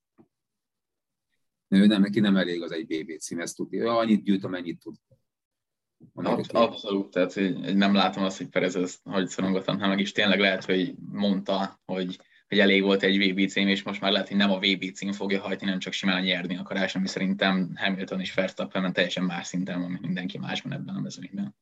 Neki nem elég az egy BB cím, ezt tudja. Annyit gyűjt, amennyit tud. Abszolút, tehát hogy nem látom azt, hogy Perez ezt hogy szorongattam, hanem meg is tényleg lehet, hogy mondta, hogy elég volt egy VB cím, és most már lehet, hogy nem a VB cím fogja hajtani, nem csak simán nyerni akarás, ami szerintem Hamilton és Verstappen teljesen más szinten van, mint mindenki másban ebben a mezőnyben.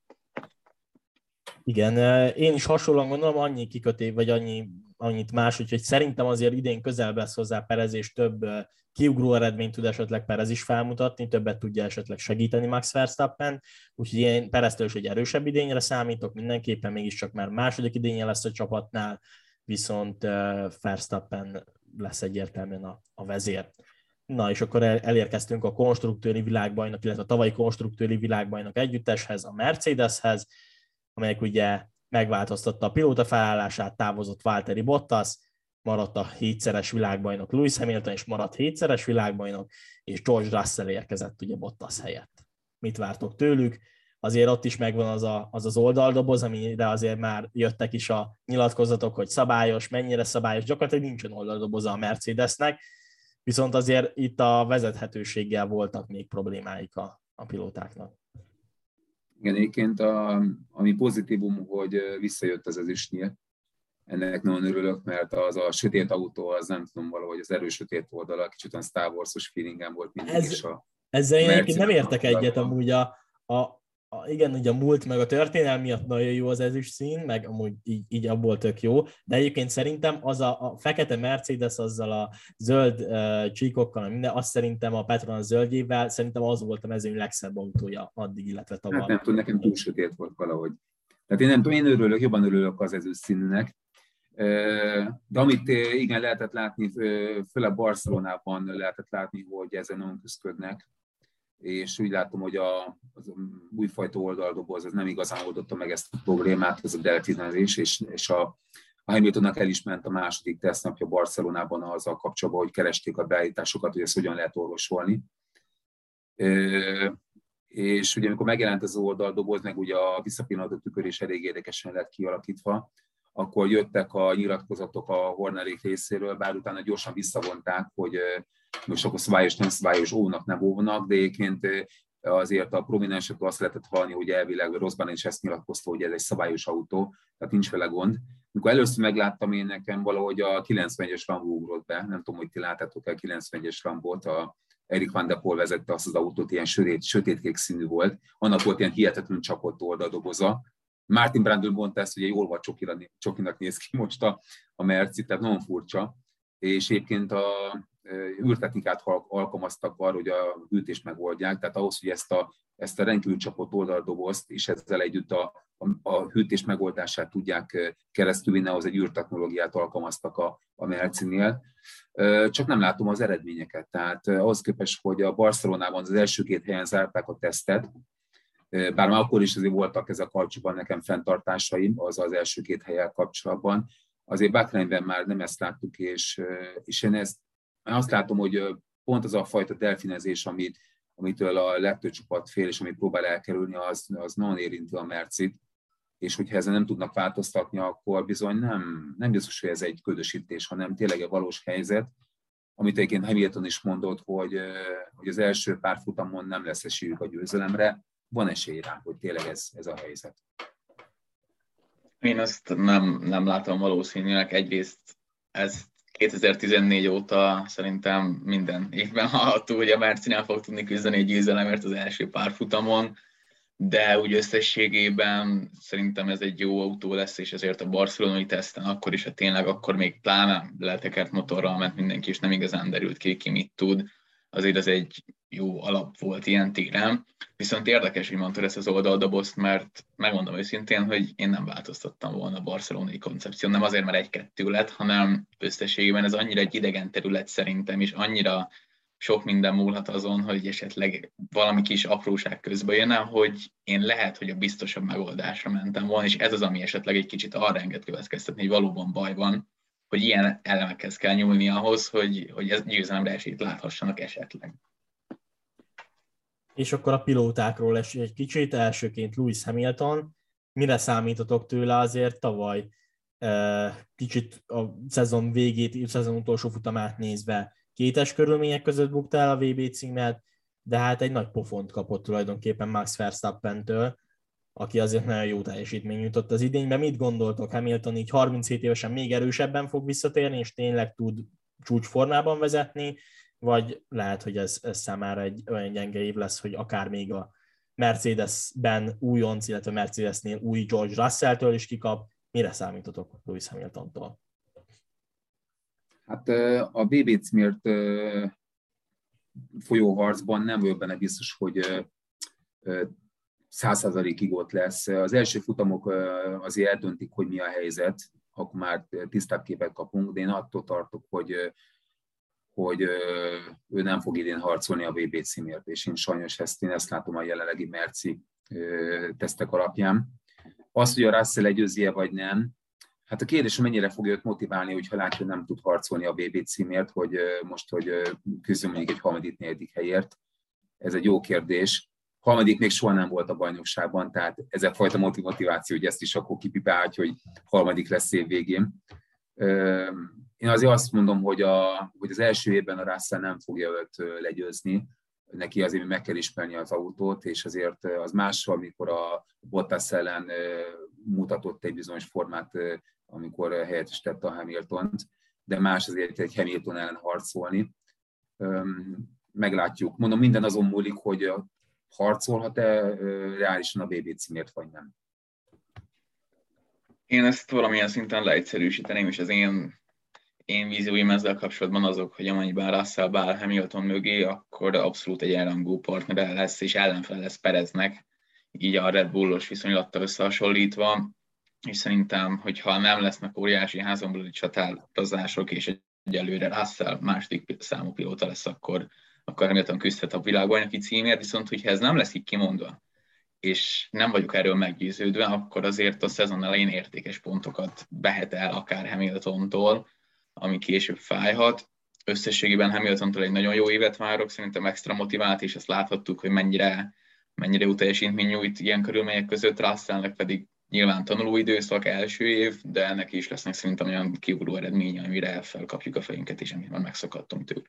Igen, én is hasonlóan gondolom, annyi kikötés, vagy annyit más, úgyhogy szerintem azért idén közelebb lesz hozzá Perez, és több kiugró eredményt tud esetleg Perez is felmutatni, többet tudja esetleg segíteni Max Verstappen, úgyhogy én Pereztől is egy erősebb idényre számítok, mindenképpen mégiscsak már második idénye lesz a csapatnál, viszont Verstappen lesz egyértelműen a vezér. Na és akkor elérkeztünk a konstruktőri világbajnok, illetve a tavalyi konstruktőri világbajnok együtteshez, a Mercedeshez, amelyek ugye megváltoztatta a pilóta felállását, távozott Valtteri Bottas, maradt a 7-szeres világbajnok Lewis Hamilton, és maradt 7-szeres világbajnok, és George Russell érkezett ugye Bottas helyett. Mit vártok tőlük? azért ott is megvan az oldaldoboz, amire azért már jöttek is a nyilatkozatok, hogy szabályos, mennyire szabályos, gyakorlatilag nincsen oldaldoboza a Mercedesnek, viszont azért itt a vezethetőséggel voltak még problémáik a pilótáknak. Igen, egyébként ami pozitívum, hogy visszajött az ezüstnyíl. Ennek nagyon örülök, mert az a sötét autó, az nem tudom, valahogy az erős sötét oldala, kicsit olyan Star Wars-os feelingem volt mindig is. Ezzel én egyébként nem értek egyet amúgy igen, ugye a múlt meg a történelem miatt nagyon jó az ezüst szín, meg amúgy így abból tök jó, de egyébként szerintem az a fekete Mercedes azzal a zöld csíkokkal, minden, azt szerintem a Petronas zöldjével, szerintem az volt a mezőny legszebb autója addig, illetve tavaly. Hát nem tudom, nekem túl sötét volt valahogy. Tehát én nem tudom, jobban örülök az ezüst színűnek. De amit igen lehetett látni, főleg Barcelonában lehetett látni, hogy ezen nagyon küzdködnek, és úgy látom, hogy az újfajta oldaldoboz az nem igazán oldotta meg ezt a problémát, ez a delfinezés, és a Hamiltonnak el is ment a második tesztnapja Barcelonában azzal kapcsolatban, hogy keresték a beállításokat, hogy ezt hogyan lehet orvosolni. És ugye amikor megjelent az oldaldoboz, meg ugye a visszapillantó tükör is elég érdekesen lett kialakítva, akkor jöttek a nyilatkozatok a Hornerék részéről, bár utána gyorsan visszavonták, hogy most akkor szabályos, nem szabályos, óvnak, nem óvnak, de egyébként azért a prominensektől azt lehetett hallani, hogy elvileg Rosban is ezt nyilatkozta, hogy ez egy szabályos autó, tehát nincs vele gond. Amikor először megláttam én, nekem valahogy a 91-es Lambo ugrott be, nem tudom, hogy ti láttátok-e a 91-es Lambót, a Erik Van der Poel vezette azt az autót, ilyen sötétkék színű volt, annak volt ilyen hihetetlenül csapott oldaldoboza. Martin Brundle mondta ezt, hogy egy olva csokinak néz ki most a Merci, tehát nagyon furcsa, és egyébként a űrtechnikát alkalmaztak arra, hogy a hűtést megoldják, tehát ahhoz, hogy ezt a rendkívül csapott oldaldobozt, és ezzel együtt a hűtés megoldását tudják keresztülvinni, ahhoz egy űrtechnológiát alkalmaztak a Merci-nél. Csak nem látom az eredményeket, tehát ahhoz képest, hogy a Barcelonában az első 2 helyen zárták a tesztet, bár már akkor is azért voltak ezzel kapcsolatban nekem fenntartásaim, az első 2 helyen kapcsolatban, azért Bahreinben már nem ezt láttuk, és én azt látom, hogy pont az a fajta delfinezés, amitől a legtöbb csapat fél, és amit próbál elkerülni, az nagyon érinti a Mercit, és hogyha ezen nem tudnak változtatni, akkor bizony nem biztos, hogy ez egy ködösítés, hanem tényleg egy valós helyzet, amit egyébként Hamilton is mondott, hogy az első pár futamon nem lesz esélyük a győzelemre, van esély rá, hogy tényleg ez a helyzet. Én azt nem látom valószínűleg. Egyrészt ez 2014 óta szerintem minden évben hallható, hogy a Merci nem fog tudni küzdeni egy győzelemért az első pár futamon, de úgy összességében szerintem ez egy jó autó lesz, és ezért a barcelonai teszten akkor is, ha tényleg akkor még pláne letekert motorral ment mindenki, és nem igazán derült ki mit tud, azért ez egy jó alap volt ilyen téren. Viszont érdekes, hogy mondtad ezt az oldaldobozt, mert megmondom őszintén, hogy én nem változtattam volna a barcelonai koncepción, nem azért, mert 1-2 lett, hanem összességében ez annyira egy idegen terület szerintem, és annyira sok minden múlhat azon, hogy esetleg valami kis apróság közbe jönne, hogy én lehet, hogy a biztosabb megoldásra mentem volna, és ez az, ami esetleg egy kicsit arra enged következtetni, hogy valóban baj van, hogy ilyen elemekhez kell nyúlni ahhoz, hogy ez győzelemre esélyt láthassanak esetleg. És akkor a pilótákról egy kicsit, elsőként Lewis Hamilton. Mire számítotok tőle? Azért tavaly kicsit a szezon végét, szezon utolsó futamát nézve kétes körülmények között bukta el a VB címet, de hát egy nagy pofont kapott tulajdonképpen Max Verstappentől, aki azért nagyon jó teljesítmény jutott az idényben. Mit gondoltok, Hamilton így 37 évesen még erősebben fog visszatérni, és tényleg tud csúcsformában vezetni, vagy lehet, hogy ez számára egy olyan gyenge év lesz, hogy akár még a Mercedesben újonc, illetve Mercedesnél új George Russelltől is kikap. Mire számítotok Lewis Hamiltontól? Hát a BB címért folyó harcban nem vagyok benne biztos, hogy 100%-ig ott lesz. Az első futamok azért eldöntik, hogy mi a helyzet, akkor már tisztább képet kapunk, de én attól tartok, hogy ő nem fog idén harcolni a VB címért, és én sajnos ezt látom a jelenlegi Merci tesztek alapján. Azt, hogy a Russell legyőzi-e vagy nem, hát a kérdés, hogy mennyire fogja őt motiválni, hogyha látja, hogy nem tud harcolni a VB címért, hogy most, hogy küzdjön mondjuk egy 3.-4. helyért. Ez egy jó kérdés. harmadik még soha nem volt a bajnokságban, tehát ez a fajta motiváció, hogy ezt is akkor kipipálhatja, hogy harmadik lesz év végén. Én azért azt mondom, hogy az első évben a Russell nem fogja őt legyőzni, neki azért meg kell ismerni az autót, és azért az mással, amikor a Bottas ellen mutatott egy bizonyos formát, amikor helyettesítette a Hamiltont, de más azért egy Hamilton ellen harcolni. Meglátjuk. Mondom, minden azon múlik, hogy harcolhat-e reálisan a VB címért, vagy nem. Én ezt valamilyen szinten leegyszerűsíteném, és az én vízióim ezzel kapcsolatban azok, hogy amennyiben Russell beáll Hamilton mögé, akkor abszolút egy elrangú partnere lesz, és ellenfele lesz Pereznek, így a Red Bullos viszonylattal összehasonlítva, és szerintem, hogyha nem lesznek óriási házonbeli csatározások, és egyelőre Russell második számú pilóta lesz, akkor Hamilton küzdhet a világbajnoki címért, viszont hogyha ez nem lesz így kimondva, és nem vagyok erről meggyőződve, akkor azért a szezon elején értékes pontokat vehet el akár Hamiltontól, ami később fájhat. Összességében Hamiltontól egy nagyon jó évet várok, szerintem extra motivált, és ezt láthattuk, hogy mennyire jó teljesítmény nyújt ilyen körülmények között, Russellnek pedig nyilván tanulóidőszak, első év, de ennek is lesznek szerintem olyan kiugró eredménye, amire felkapjuk a fejünket, és amit már megszakadtunk tőle.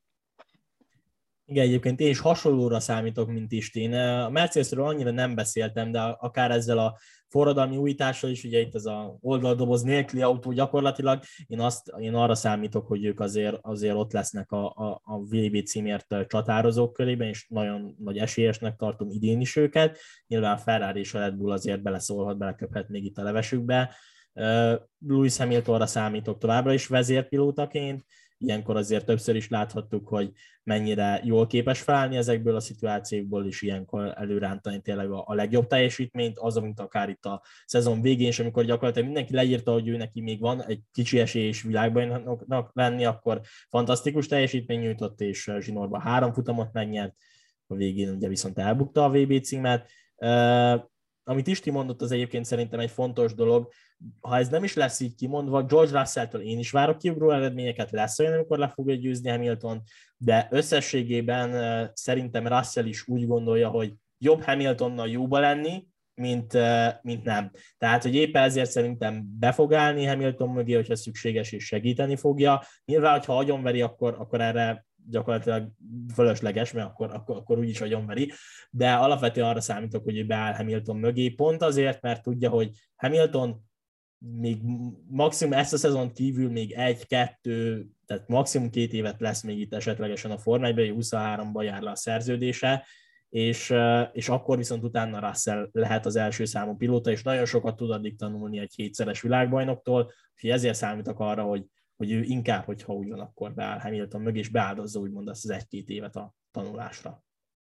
Igen, egyébként én is hasonlóra számítok, mint István. A Mercedesről annyira nem beszéltem, de akár ezzel a forradalmi újítással is, ugye itt ez a oldaldoboz nélküli autó gyakorlatilag, én arra számítok, hogy ők azért ott lesznek a VB címért csatározók körében, és nagyon nagy esélyesnek tartom idén is őket. Nyilván Ferrari és a Red Bull azért beleszólhat, beleköphet még itt a levesükbe. Lewis Hamiltonra számítok továbbra is vezérpilótaként, ilyenkor azért többször is láthattuk, hogy mennyire jól képes felállni ezekből a szituációkból, és ilyenkor előrántani tényleg a legjobb teljesítményt, az, mint akár itt a szezon végén, és amikor gyakorlatilag mindenki leírta, hogy ő neki még van egy kicsi esély és világbajnoknak lenni, akkor fantasztikus teljesítmény nyújtott, és zsinórban 3 futamot megnyert, a végén ugye viszont elbukta a VB címet. Amit Isti mondott, az egyébként szerintem egy fontos dolog. Ha ez nem is lesz így kimondva, George Russell-től én is várok kiugró eredményeket, lesz olyan, amikor le fogja győzni Hamilton, de összességében szerintem Russell is úgy gondolja, hogy jobb Hamiltonnal jóba lenni, mint nem. Tehát, hogy éppen ezért szerintem be fog állni Hamilton mögé, hogyha szükséges, és segíteni fogja. Nyilván, hogyha agyonveri, akkor erre gyakorlatilag fölösleges, mert akkor úgyis agyonveri, de alapvetően arra számítok, hogy ő beáll Hamilton mögé, pont azért, mert tudja, hogy Hamilton még maximum ezt a szezon kívül még 1-2, tehát maximum 2 évet lesz még itt esetlegesen a Forma 1-ben, 23-ban jár le a szerződése, és akkor viszont utána Russell lehet az első számú pilóta, és nagyon sokat tud addig tanulni egy 7-szeres világbajnoktól, és ezért számítok arra, hogy ő inkább, hogyha úgy van, akkor beáll Hamilton mögé, és beáldozza úgymond azt az 1-2 évet a tanulásra.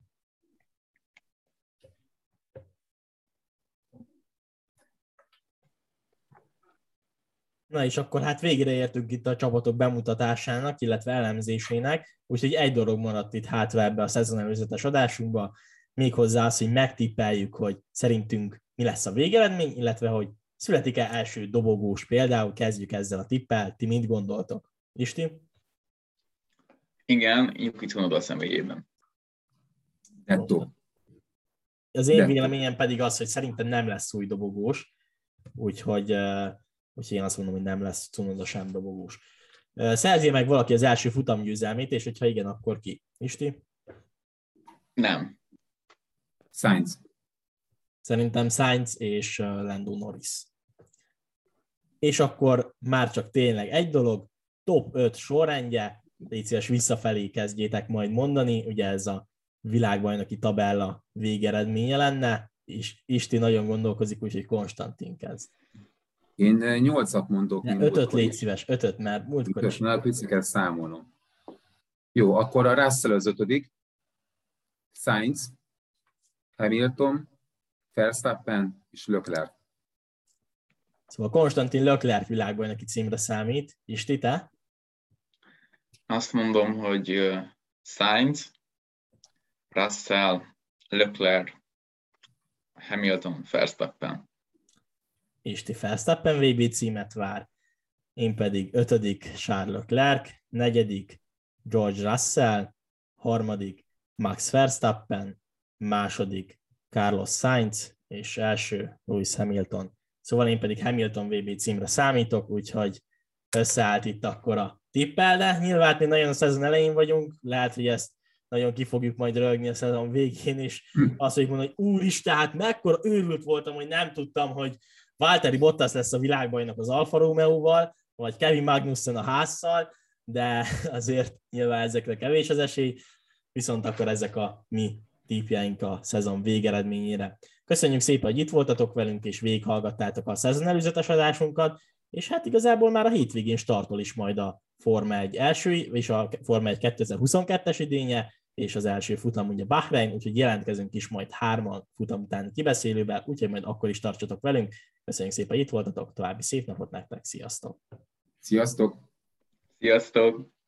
Na és akkor hát végre értünk itt a csapatok bemutatásának, illetve elemzésének, úgyhogy egy dolog maradt itt hátra ebbe a szezonelőzetes adásunkba, méghozzá az, hogy megtippeljük, hogy szerintünk mi lesz a végeredmény, illetve hogy születik-e első dobogós például, kezdjük ezzel a tippel, ti mit gondoltok? Isti? Igen, Yuki Tsunoda személyében. Netto. Az én véleményem pedig az, hogy szerintem nem lesz új dobogós, úgyhogy én azt mondom, hogy nem lesz Tsunoda sem dobogós. Szerzi meg valaki az első futamgyőzelmét, és hogyha igen, akkor ki? Isti? Nem. Sainz. Szerintem Sainz és Lando Norris. És akkor már csak tényleg egy dolog, top 5 sorrendje, légy szíves visszafelé kezdjétek majd mondani, ugye ez a világbajnoki tabella végeredménye lenne, és Isti nagyon gondolkozik, úgyhogy Konstantin kezd. Én 8-at mondok. 5-öt légy szíves, 5-öt, mert múltkor is. Na, picit kell számolnom. Jó, akkor a Russell az 5., Sainz, Hamilton, Verstappen és Leclerc. Szóval Konstantin Leclerc világbajnoki címre számít. Isti, te? Azt mondom, hogy Sainz, Russell, Leclerc, Hamilton, Verstappen. Isti Verstappen VB címet vár. Én pedig 5. Charles Leclerc, 4. George Russell, 3. Max Verstappen, 2. Carlos Sainz, és első Lewis Hamilton. Szóval én pedig Hamilton VB címre számítok, úgyhogy összeállt itt akkor a tippel, de nyilván mi nagyon a szezon elején vagyunk, lehet, hogy ezt nagyon ki fogjuk majd rögni a szezon végén, és azt fogjuk mondani, hogy úristen, hát mekkora őrült voltam, hogy nem tudtam, hogy Valtteri Bottas lesz a világbajnok az Alfa Romeo-val, vagy Kevin Magnussen a Haasszal, de azért nyilván ezekre kevés az esély, viszont akkor ezek a mi tippjeink a szezon végeredményére. Köszönjük szépen, hogy itt voltatok velünk, és végighallgattátok a szezon előzetes adásunkat, és hát igazából már a hétvégén startol is majd a Forma 1 első, és a Forma 1 2022-es idénye, és az első futam ugye Bahrein, úgyhogy jelentkezünk is majd 3 futam utáni kibeszélővel, úgyhogy majd akkor is tartsatok velünk. Köszönjük szépen, hogy itt voltatok, további szép napot nektek, sziasztok! Sziasztok! Sziasztok!